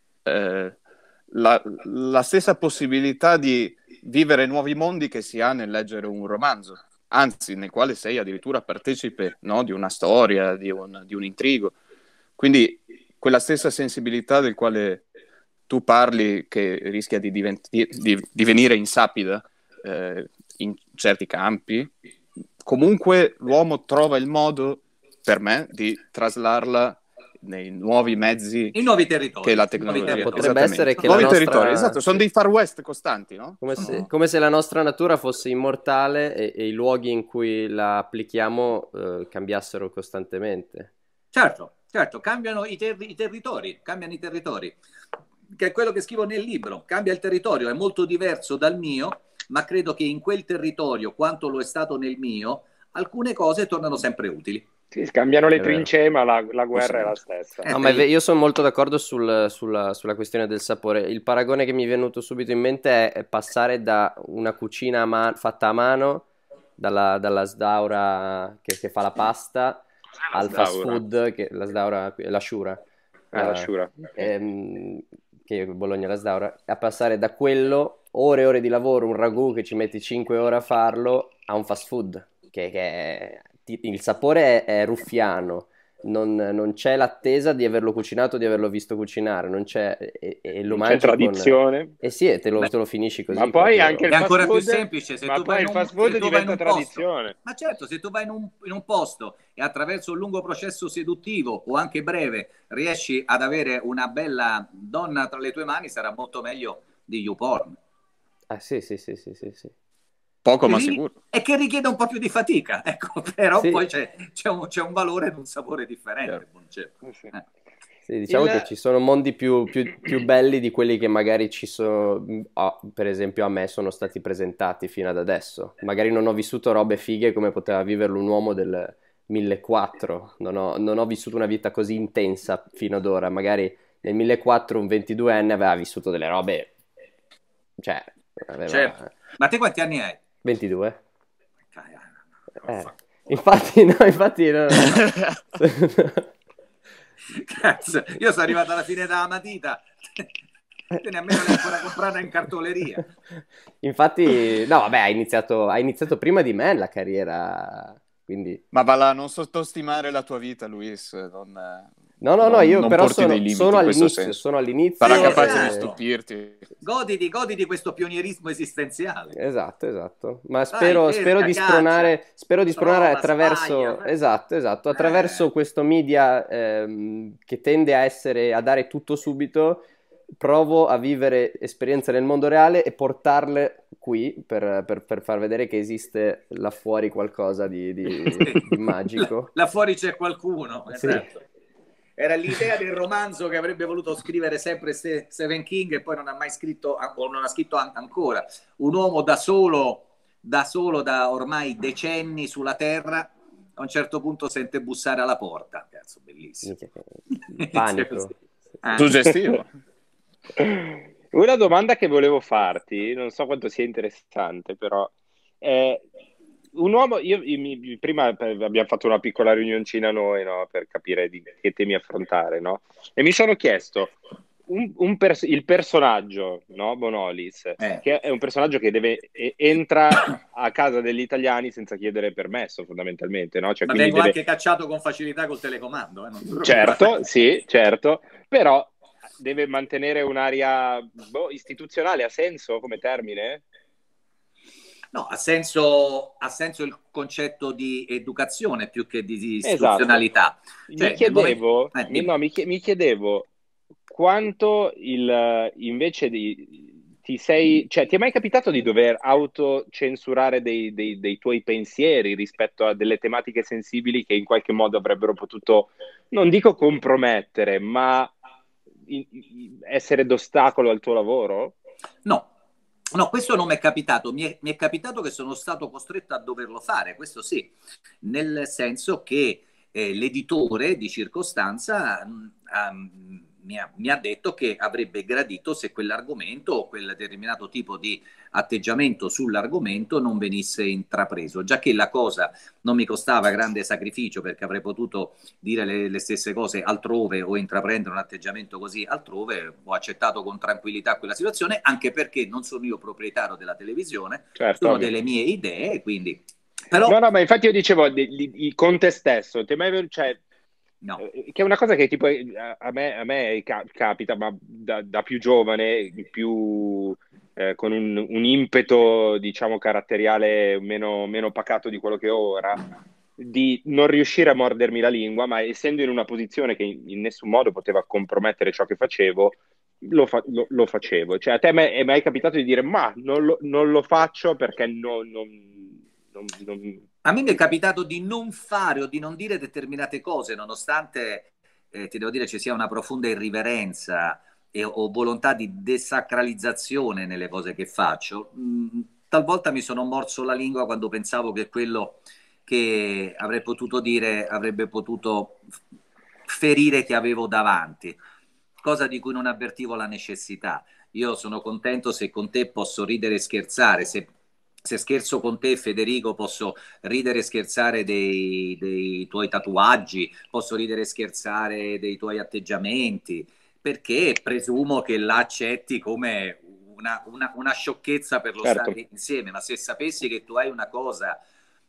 la stessa possibilità di vivere nuovi mondi che si ha nel leggere un romanzo, anzi nel quale sei addirittura partecipe, no? Di una storia, di un intrigo. Quindi quella stessa sensibilità del quale tu parli, che rischia di divenire insapida in certi campi, comunque l'uomo trova il modo, per me, di traslarla nei nuovi mezzi, I nuovi territori. che la tecnologia. Potrebbe essere che nuovi la nostra- territori, esatto, sono dei far west costanti, no? Come se la nostra natura fosse immortale e i luoghi in cui la applichiamo cambiassero costantemente. Certo, cambiano i territori, che è quello che scrivo nel libro. Cambia il territorio, è molto diverso dal mio, ma credo che in quel territorio, quanto lo è stato nel mio, alcune cose tornano sempre utili. Sì, scambiano le È vero. trincee, ma la guerra è la stessa. Eh, No, ma io sono molto d'accordo sulla questione del sapore. Il paragone che mi è venuto subito in mente è passare da una cucina fatta a mano, dalla sdaura che fa la pasta, al fast sdaura? food, la sdaura, la sciura, La sciura. che Bologna è la sdaura, a passare da quello, ore e ore di lavoro, un ragù che ci metti 5 ore a farlo, a un fast food, il sapore è ruffiano, non c'è l'attesa di averlo cucinato, di averlo visto cucinare, non c'è, e lo Non c'è mangi tradizione. sì, e te lo finisci così. Ma poi proprio. anche il È ancora fast più food, semplice, se ma tu poi vai il in un- fast food se tu vai in diventa un posto. tradizione. Ma certo, se tu vai in un posto e attraverso un lungo processo seduttivo o anche breve riesci ad avere una bella donna tra le tue mani, sarà molto meglio di YouPorn. Ah, sì. Poco ma Lì- sicuro. E che richiede un po' più di fatica, ecco, però Sì. poi c'è un valore ed un sapore differente. Sì. Sì, diciamo Il- che ci sono mondi più belli di quelli che magari ci sono, per esempio a me sono stati presentati fino ad adesso. Magari non ho vissuto robe fighe come poteva viverlo un uomo del 1400, non ho vissuto una vita così intensa fino ad ora. Magari nel 1400 un 22enne aveva vissuto delle robe, cioè, aveva Certo. Ma te quanti anni hai? 22. No. Infatti no. Cazzo, io sono arrivato alla fine della matita. Te ne almeno l'hai ancora comprata in cartoleria. Infatti, no, vabbè, hai iniziato prima di me la carriera, quindi... Ma va là, non sottostimare la tua vita, Luis. No, io non però porti dei limiti sono in questo all'inizio, senso. sono all'inizio. Sarà capace di esatto. stupirti. Goditi questo pionierismo esistenziale. Esatto. Ma Vai, spero di caccia, spronare trova, attraverso, spaglia. esatto, attraverso questo media che tende a dare tutto subito. Provo a vivere esperienze nel mondo reale e portarle qui per far vedere che esiste là fuori qualcosa di magico. Là fuori c'è qualcuno. Sì. Esatto. Era l'idea del romanzo che avrebbe voluto scrivere sempre Stephen King e poi non ha mai scritto, o non ha scritto ancora. Un uomo da solo da ormai decenni sulla Terra, a un certo punto sente bussare alla porta. Cazzo, bellissimo. Panico. Suggestivo. Una domanda che volevo farti, non so quanto sia interessante, però un uomo, prima abbiamo fatto una piccola riunioncina noi, no, per capire di che temi affrontare, no? E mi sono chiesto il personaggio, no, Bonolis, che è un personaggio che entra a casa degli italiani senza chiedere permesso, fondamentalmente, no? Cioè, Ma quindi vengo anche cacciato con facilità col telecomando. Non ti certo, sì, certo, però deve mantenere un'area istituzionale, ha senso come termine? No, ha senso il concetto di educazione più che di istituzionalità. Esatto. Cioè, mi chiedevo quanto invece cioè, ti è mai capitato di dover autocensurare dei tuoi pensieri rispetto a delle tematiche sensibili che in qualche modo avrebbero potuto, non dico compromettere, ma essere d'ostacolo al tuo lavoro? No, no, questo non mi è capitato. Mi è capitato che sono stato costretto a doverlo fare, questo sì, nel senso che l'editore di circostanza mi ha detto che avrebbe gradito se quell'argomento o quel determinato tipo di atteggiamento sull'argomento non venisse intrapreso, già che la cosa non mi costava grande sacrificio perché avrei potuto dire le stesse cose altrove o intraprendere un atteggiamento così altrove. Ho accettato con tranquillità quella situazione, anche perché non sono io proprietario della televisione, Certo, sono ovvio. delle mie idee, quindi... Però... No, ma infatti io dicevo con te stesso, cioè, No. che è una cosa che tipo a me capita, ma da più giovane, più con un impeto, diciamo, caratteriale meno pacato di quello che ho ora, di non riuscire a mordermi la lingua, ma essendo in una posizione che in nessun modo poteva compromettere ciò che facevo, lo facevo. Cioè, a te è mai capitato di dire, ma non lo faccio perché A me mi è capitato di non fare o di non dire determinate cose, nonostante ti devo dire ci sia una profonda irriverenza o volontà di desacralizzazione nelle cose che faccio. Talvolta mi sono morso la lingua quando pensavo che quello che avrei potuto dire avrebbe potuto ferire chi avevo davanti, cosa di cui non avvertivo la necessità. Io sono contento se con te posso ridere e scherzare, se scherzo con te, Federico, posso ridere e scherzare dei tuoi tatuaggi, posso ridere e scherzare dei tuoi atteggiamenti, perché presumo che la accetti come una sciocchezza per lo Certo. stare insieme, ma se sapessi che tu hai una cosa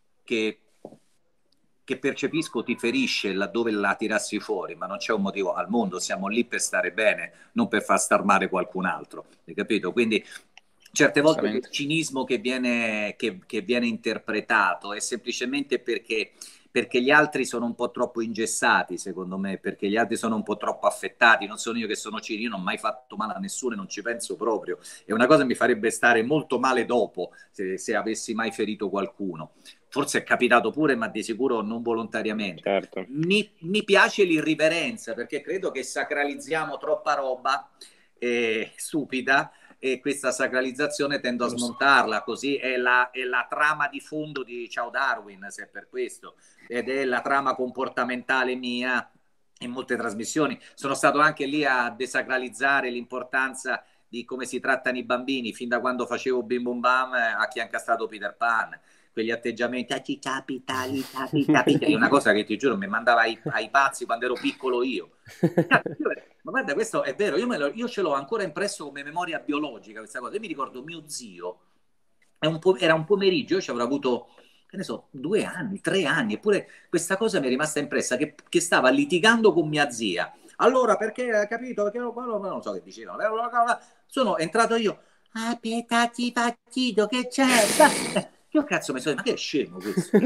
che percepisco ti ferisce laddove la tirassi fuori, ma non c'è un motivo al mondo, siamo lì per stare bene, non per far star male qualcun altro, hai capito? Quindi certe volte il cinismo che viene interpretato è semplicemente perché gli altri sono un po' troppo ingessati, secondo me, perché gli altri sono un po' troppo affettati. Non sono io che sono cinico, io non ho mai fatto male a nessuno e non ci penso proprio. È una cosa che mi farebbe stare molto male dopo se avessi mai ferito qualcuno. Forse è capitato pure, ma di sicuro non volontariamente. Certo. Mi piace l'irriverenza, perché credo che sacralizziamo troppa roba stupida, e questa sacralizzazione tendo a smontarla, così è la trama di fondo di Ciao Darwin, se è per questo, ed è la trama comportamentale mia in molte trasmissioni. Sono stato anche lì a desacralizzare l'importanza di come si trattano i bambini, fin da quando facevo Bim Bum Bam a chi ha incastrato Peter Pan, quegli atteggiamenti, ti capita, è una cosa che ti giuro mi mandava ai pazzi quando ero piccolo io. Ma guarda, questo è vero, io ce l'ho ancora impresso come memoria biologica questa cosa. Io mi ricordo mio zio, era un pomeriggio, io ci avrò avuto, che ne so, 2 anni, 3 anni, eppure questa cosa mi è rimasta impressa, che stava litigando con mia zia. Allora, perché, hai capito? Perché non so che dicevano. Sono entrato io, aspettate, partito, che c'è? Io cazzo mi sono detto, ma che è scemo questo?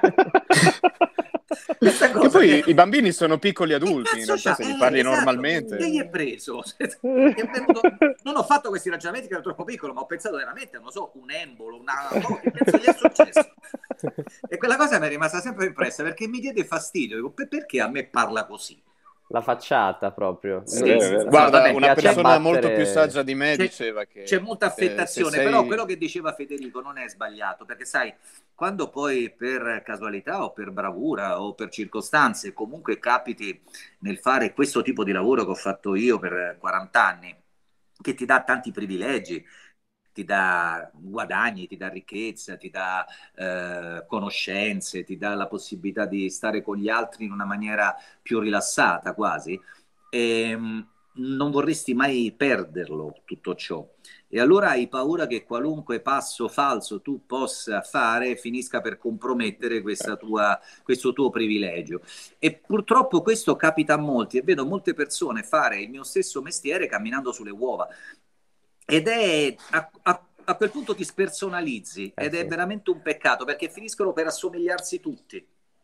Che poi i bambini sono piccoli adulti, in realtà, se gli parli esatto, normalmente. Che gli è preso? Non ho fatto questi ragionamenti che ero troppo piccolo, ma ho pensato veramente, non so, un embolo, che cazzo gli è successo? E quella cosa mi è rimasta sempre impressa, perché mi diede fastidio. Dico, perché a me parla così? La facciata proprio. Sì, guarda, vabbè, una persona molto più saggia di me diceva che c'è molta affettazione, però quello che diceva Federico non è sbagliato, perché sai, quando poi per casualità o per bravura o per circostanze comunque capiti nel fare questo tipo di lavoro che ho fatto io per 40 anni, che ti dà tanti privilegi, ti dà guadagni, ti dà ricchezza, ti dà conoscenze, ti dà la possibilità di stare con gli altri in una maniera più rilassata quasi, non vorresti mai perderlo tutto ciò. E allora hai paura che qualunque passo falso tu possa fare finisca per compromettere questo tuo privilegio. E purtroppo questo capita a molti, e vedo molte persone fare il mio stesso mestiere camminando sulle uova. Ed è a quel punto ti spersonalizzi ed è veramente un peccato, perché finiscono per assomigliarsi tutti.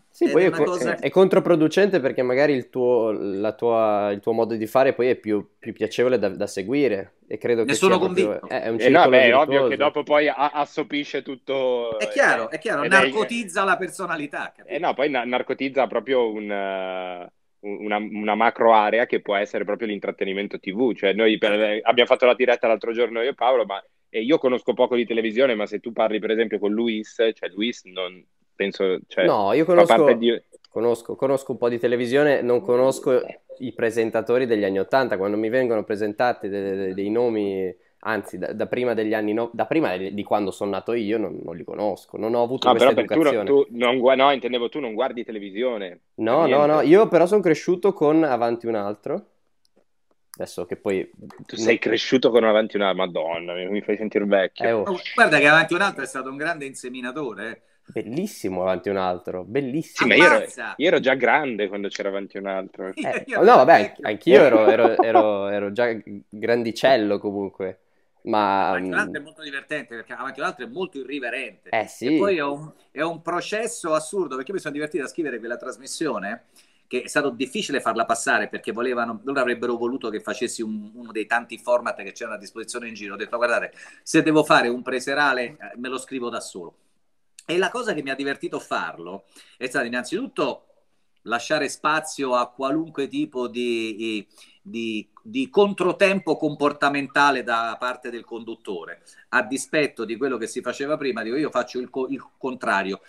Sì, ed poi è è, una cosa... è controproducente perché magari il tuo modo di fare poi è più piacevole da seguire e credo Ne che sia sono proprio, convinto. è un No, circolo beh, è ovvio che virtuoso. dopo poi assopisce tutto È chiaro, ed è, narcotizza la personalità, capito? no, poi narcotizza proprio una macro area che può essere proprio l'intrattenimento TV. Cioè, noi abbiamo fatto la diretta l'altro giorno io e Paolo, ma io conosco poco di televisione, ma se tu parli per esempio con Luis, cioè Luis non penso, cioè, No, io fa parte di... conosco un po' di televisione, non conosco i presentatori degli anni '80, quando mi vengono presentati dei nomi, anzi da prima degli anni, da prima di quando sono nato io, non li conosco, non ho avuto No, questa però educazione. tu non no, intendevo tu non guardi televisione, per No, niente. io però sono cresciuto con Avanti un altro, adesso che poi... Tu sei cresciuto con Avanti una Madonna, mi fai sentire vecchio. oh, Oh, guarda che Avanti un altro è stato un grande inseminatore. bellissimo Avanti un altro, Sì, bellissimo. ma Ammazza! io ero già grande quando c'era Avanti un altro. Io No, ero vabbè, vecchio. anch'io ero già grandicello comunque, ma Avanti un altro è molto divertente perché Avanti un altro è molto irriverente e sì, poi è un processo assurdo perché io mi sono divertito a scrivere quella trasmissione che è stato difficile farla passare perché loro avrebbero voluto che facessi uno dei tanti format che c'erano a disposizione in giro. Ho detto guardate, se devo fare un preserale me lo scrivo da solo. E la cosa che mi ha divertito farlo è stata innanzitutto lasciare spazio a qualunque tipo di controtempo comportamentale da parte del conduttore, a dispetto di quello che si faceva prima, dico io faccio il contrario.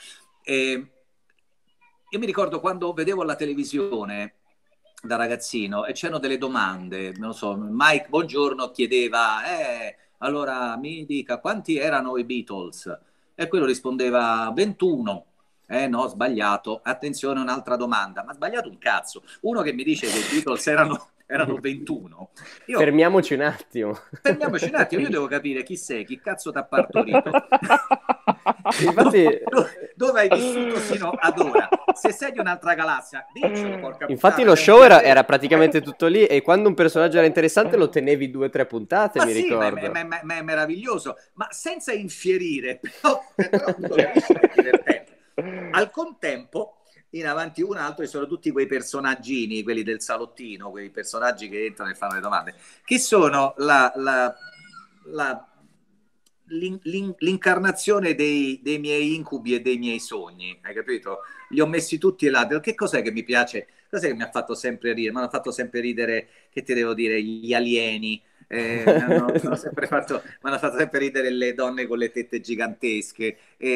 Io mi ricordo quando vedevo la televisione da ragazzino e c'erano delle domande, non so, Mike Buongiorno chiedeva, allora mi dica quanti erano i Beatles? E quello rispondeva 21. No, sbagliato. Attenzione, un'altra domanda. Ma sbagliato un cazzo. Uno che mi dice che i Beatles erano 21. fermiamoci un attimo. Fermiamoci un attimo, io devo capire chi sei, chi cazzo t'ha partorito. Infatti, dove hai vissuto fino ad ora? Se sei di un'altra galassia, diccelo, porca infatti puttana, lo sei show un era piacere. praticamente tutto lì e quando un personaggio era interessante lo tenevi 2 o 3 puntate, Ma mi sì, ricordo. ma è meraviglioso, ma senza infierire, però tu capisci che è divertente. Al contempo, in Avanti un altro, ci sono tutti quei personaggini, quelli del salottino, quei personaggi che entrano e fanno le domande, che sono l'incarnazione dei miei incubi e dei miei sogni, hai capito? Li ho messi tutti là. Che cos'è che mi piace? Cos'è che mi ha fatto sempre ridere? Mi hanno fatto sempre ridere, che ti devo dire, gli alieni. Mi hanno fatto sempre ridere le donne con le tette gigantesche.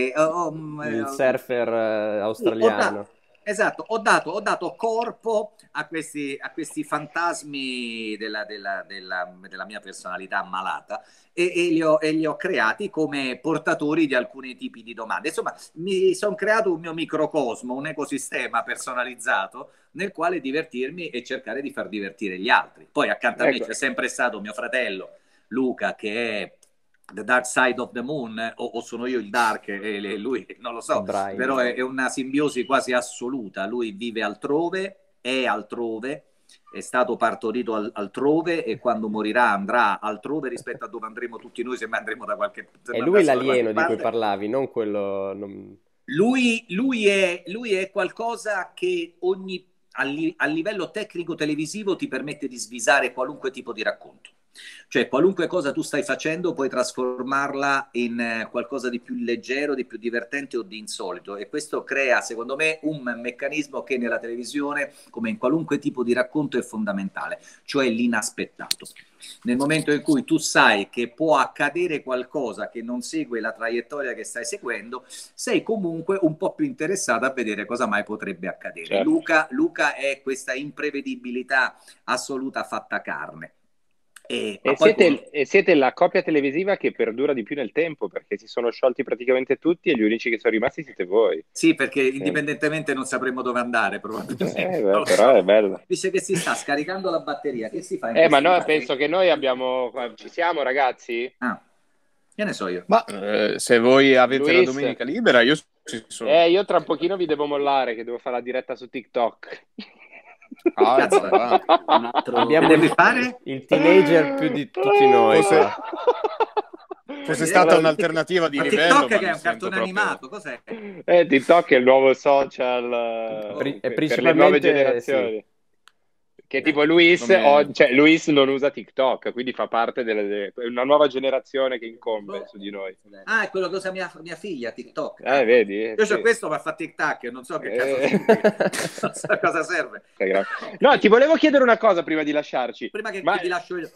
Il surfer australiano. Esatto, ho dato corpo a questi fantasmi della mia personalità malata e li ho creati come portatori di alcuni tipi di domande. Insomma, mi sono creato un mio microcosmo, un ecosistema personalizzato nel quale divertirmi e cercare di far divertire gli altri. Poi accanto a me c'è sempre stato mio fratello Luca, che è The Dark Side of the Moon, o sono io il Dark e lui non lo so, Brian. però è una simbiosi quasi assoluta. Lui vive altrove, è stato partorito altrove e quando morirà andrà altrove rispetto a dove andremo tutti noi se mai andremo da qualche parte. È lui l'alieno di cui parlavi, non quello... Lui è qualcosa che a livello tecnico televisivo ti permette di svisare qualunque tipo di racconto. Cioè qualunque cosa tu stai facendo puoi trasformarla in qualcosa di più leggero, di più divertente o di insolito, e questo crea secondo me un meccanismo che nella televisione, come in qualunque tipo di racconto, è fondamentale, cioè l'inaspettato. Nel momento in cui tu sai che può accadere qualcosa che non segue la traiettoria che stai seguendo, sei comunque un po' più interessato a vedere cosa mai potrebbe accadere. Certo. Luca è questa imprevedibilità assoluta fatta carne. E siete la coppia televisiva che perdura di più nel tempo, perché si sono sciolti praticamente tutti e gli unici che sono rimasti siete voi. Sì, perché indipendentemente non sapremo dove andare, probabilmente. Però è bello. Dice che si sta scaricando la batteria, che si fa? Ma no, penso che noi ci siamo, ragazzi? Che ne so io. Ma se voi avete Luis, la domenica libera, io ci sono. Io tra un pochino vi devo mollare, che devo fare la diretta su TikTok. Cazzo, Abbiamo devi fare? il teenager più di tutti noi. fosse stata un'alternativa di Ma livello, TikTok ma che è mi un sento cartone proprio... animato, cos'è? TikTok è il nuovo social Pri- e per le principalmente, nuove generazioni. Che tipo Luis, Luis non usa TikTok, quindi fa parte è una nuova generazione che incombe su di noi. Ah, è quello che usa mia figlia, TikTok. Vedi? Io Sì. c'ho questo ma fa TikTok, non so che cazzo significa, non so a cosa serve. No, ti volevo chiedere una cosa prima di lasciarci. Prima che Ma... ti lascio io.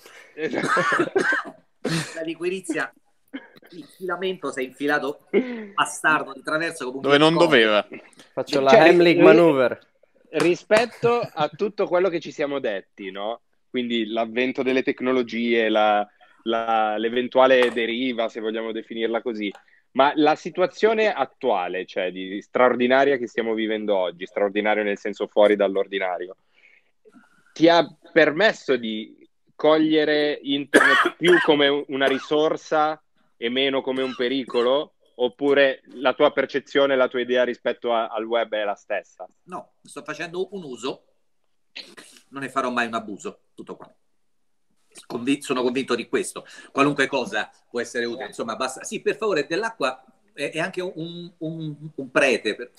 La liquirizia, il filamento si è infilato bastardo di traverso come un Dove non King Kong. doveva. Faccio la Heimlich maneuver. Rispetto a tutto quello che ci siamo detti, no? Quindi l'avvento delle tecnologie, l'eventuale deriva, se vogliamo definirla così, ma la situazione attuale, cioè di straordinaria che stiamo vivendo oggi, straordinario nel senso fuori dall'ordinario, ti ha permesso di cogliere internet più come una risorsa e meno come un pericolo? Oppure la tua percezione, la tua idea rispetto al web è la stessa? No, sto facendo un uso, non ne farò mai un abuso, tutto qua. Sono convinto di questo. Qualunque cosa può essere utile, insomma, basta. Sì, per favore, dell'acqua è anche un prete.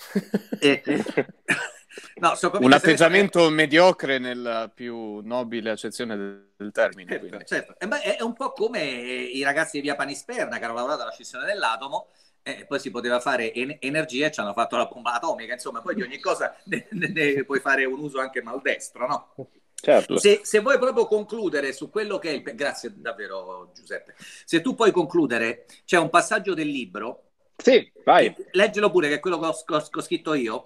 No, un atteggiamento mediocre nella più nobile accezione del termine. Certo. È un po' come i ragazzi di Via Panisperna che hanno lavorato alla scissione dell'atomo, poi si poteva fare energia e ci hanno fatto la bomba atomica, insomma, poi di ogni cosa ne puoi fare un uso anche maldestro, no? Certo. Se vuoi proprio concludere su quello che è il... Grazie davvero Giuseppe. Se tu puoi concludere, c'è un passaggio del libro. Sì, vai. Leggilo pure, che è quello che ho scritto io,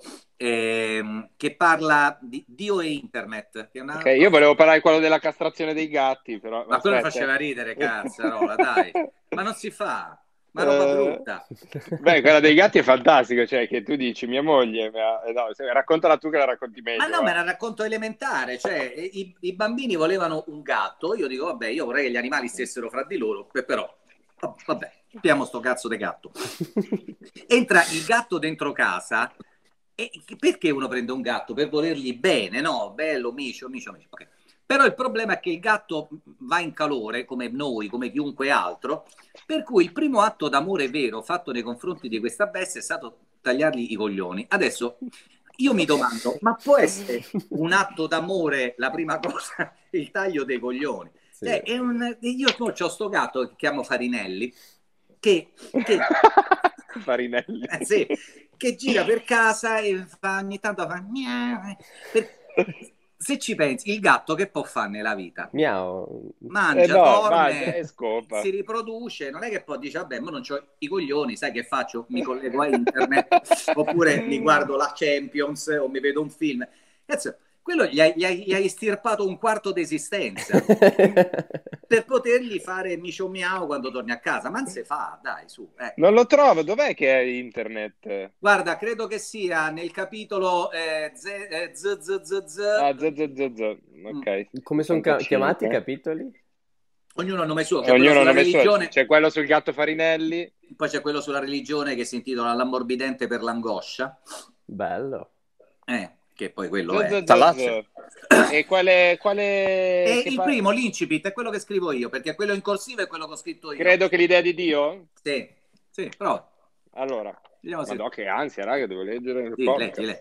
che parla di Dio e Internet. Che è una... Io volevo parlare di quello della castrazione dei gatti, però... Ma quello faceva ridere, cazzarola, dai. Ma non si fa. Ma roba brutta. Beh, quella dei gatti è fantastico, cioè che tu dici mia moglie, no, raccontala tu che la racconti meglio. Ma no, me la racconto elementare, cioè i bambini volevano un gatto, io dico vabbè, io vorrei che gli animali stessero fra di loro, però vabbè, abbiamo sto cazzo di gatto. Entra il gatto dentro casa e perché uno prende un gatto? Per volergli bene, no? Bello, micio, ok. Però il problema è che il gatto va in calore, come noi, come chiunque altro, per cui il primo atto d'amore vero fatto nei confronti di questa bestia è stato tagliargli i coglioni. Adesso io mi domando, ma può essere un atto d'amore la prima cosa, il taglio dei coglioni? Sì. Io ho sto gatto che chiamo Farinelli, che Farinelli. Sì, che gira per casa e ogni tanto fa miau. Se ci pensi, il gatto che può fare nella vita? Miau. Mangia, dorme, e scopa. si riproduce, non è che poi dice vabbè, ma non c'ho i coglioni, sai che faccio? Mi collego a internet oppure mi guardo la Champions o mi vedo un film. Cazzo, quello gli hai estirpato un quarto d'esistenza per potergli fare micio miau quando torni a casa, ma non si fa, dai, su. Non lo trovo, dov'è che è internet? Guarda, credo che sia nel capitolo ok. Come sono chiamati i capitoli? Ognuno ha nome suo, c'è Ognuno quello sulla nome religione, suo. C'è quello sul gatto Farinelli, poi c'è quello sulla religione che si intitola L'ammorbidente per l'angoscia. Bello. Che poi quello è e quale e il primo, l'incipit, è quello che scrivo io, perché quello in corsivo è quello che ho scritto io. Credo che l'idea di Dio? Sì, prova. Allora, Madonna, che ansia, raga, devo leggere. Leggi.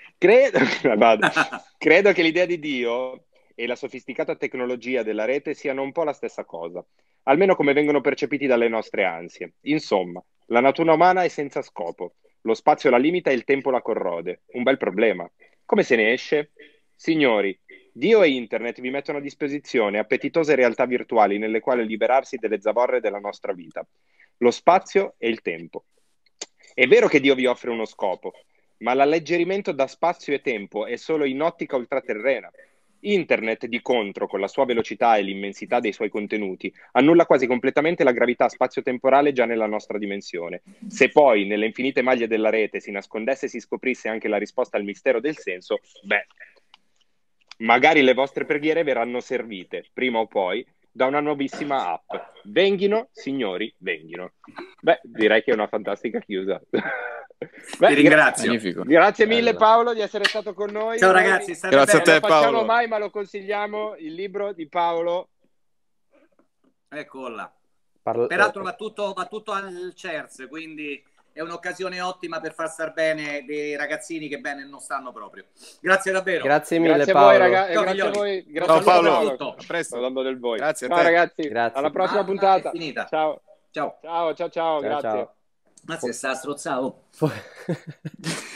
Credo che l'idea di Dio e la sofisticata tecnologia della rete siano un po' la stessa cosa, almeno come vengono percepiti dalle nostre ansie. Insomma, la natura umana è senza scopo, lo spazio la limita e il tempo la corrode. Un bel problema. Come se ne esce? Signori, Dio e Internet vi mettono a disposizione appetitose realtà virtuali nelle quali liberarsi delle zavorre della nostra vita. Lo spazio e il tempo. È vero che Dio vi offre uno scopo, ma l'alleggerimento da spazio e tempo è solo in ottica ultraterrena. Internet, di contro, con la sua velocità e l'immensità dei suoi contenuti, annulla quasi completamente la gravità spazio-temporale già nella nostra dimensione. Se poi, nelle infinite maglie della rete, si nascondesse e si scoprisse anche la risposta al mistero del senso, magari le vostre preghiere verranno servite, prima o poi, da una nuovissima app. Venghino, signori, venghino. Direi che è una fantastica chiusa. Ti ringrazio. Magnifico. Grazie mille Paolo di essere stato con noi. Ciao ragazzi, grazie a te non lo facciamo Paolo. mai, ma lo consigliamo, il libro di Paolo. Eccola. Peraltro va tutto al CERS, quindi è un'occasione ottima per far star bene dei ragazzini che bene non stanno proprio. Grazie davvero. Grazie mille, Grazie a Paolo. voi, ragazzi. Ciao, Grazie a figlioli. voi. Grazie Ciao Paolo, Saluto per tutto. a presto. Sto dando del voi. Grazie a Ciao te. ragazzi, Grazie. alla prossima È puntata. finita. Ciao. Ciao. Ciao, Ciao, grazie. Ma se sta strozzato. ciao.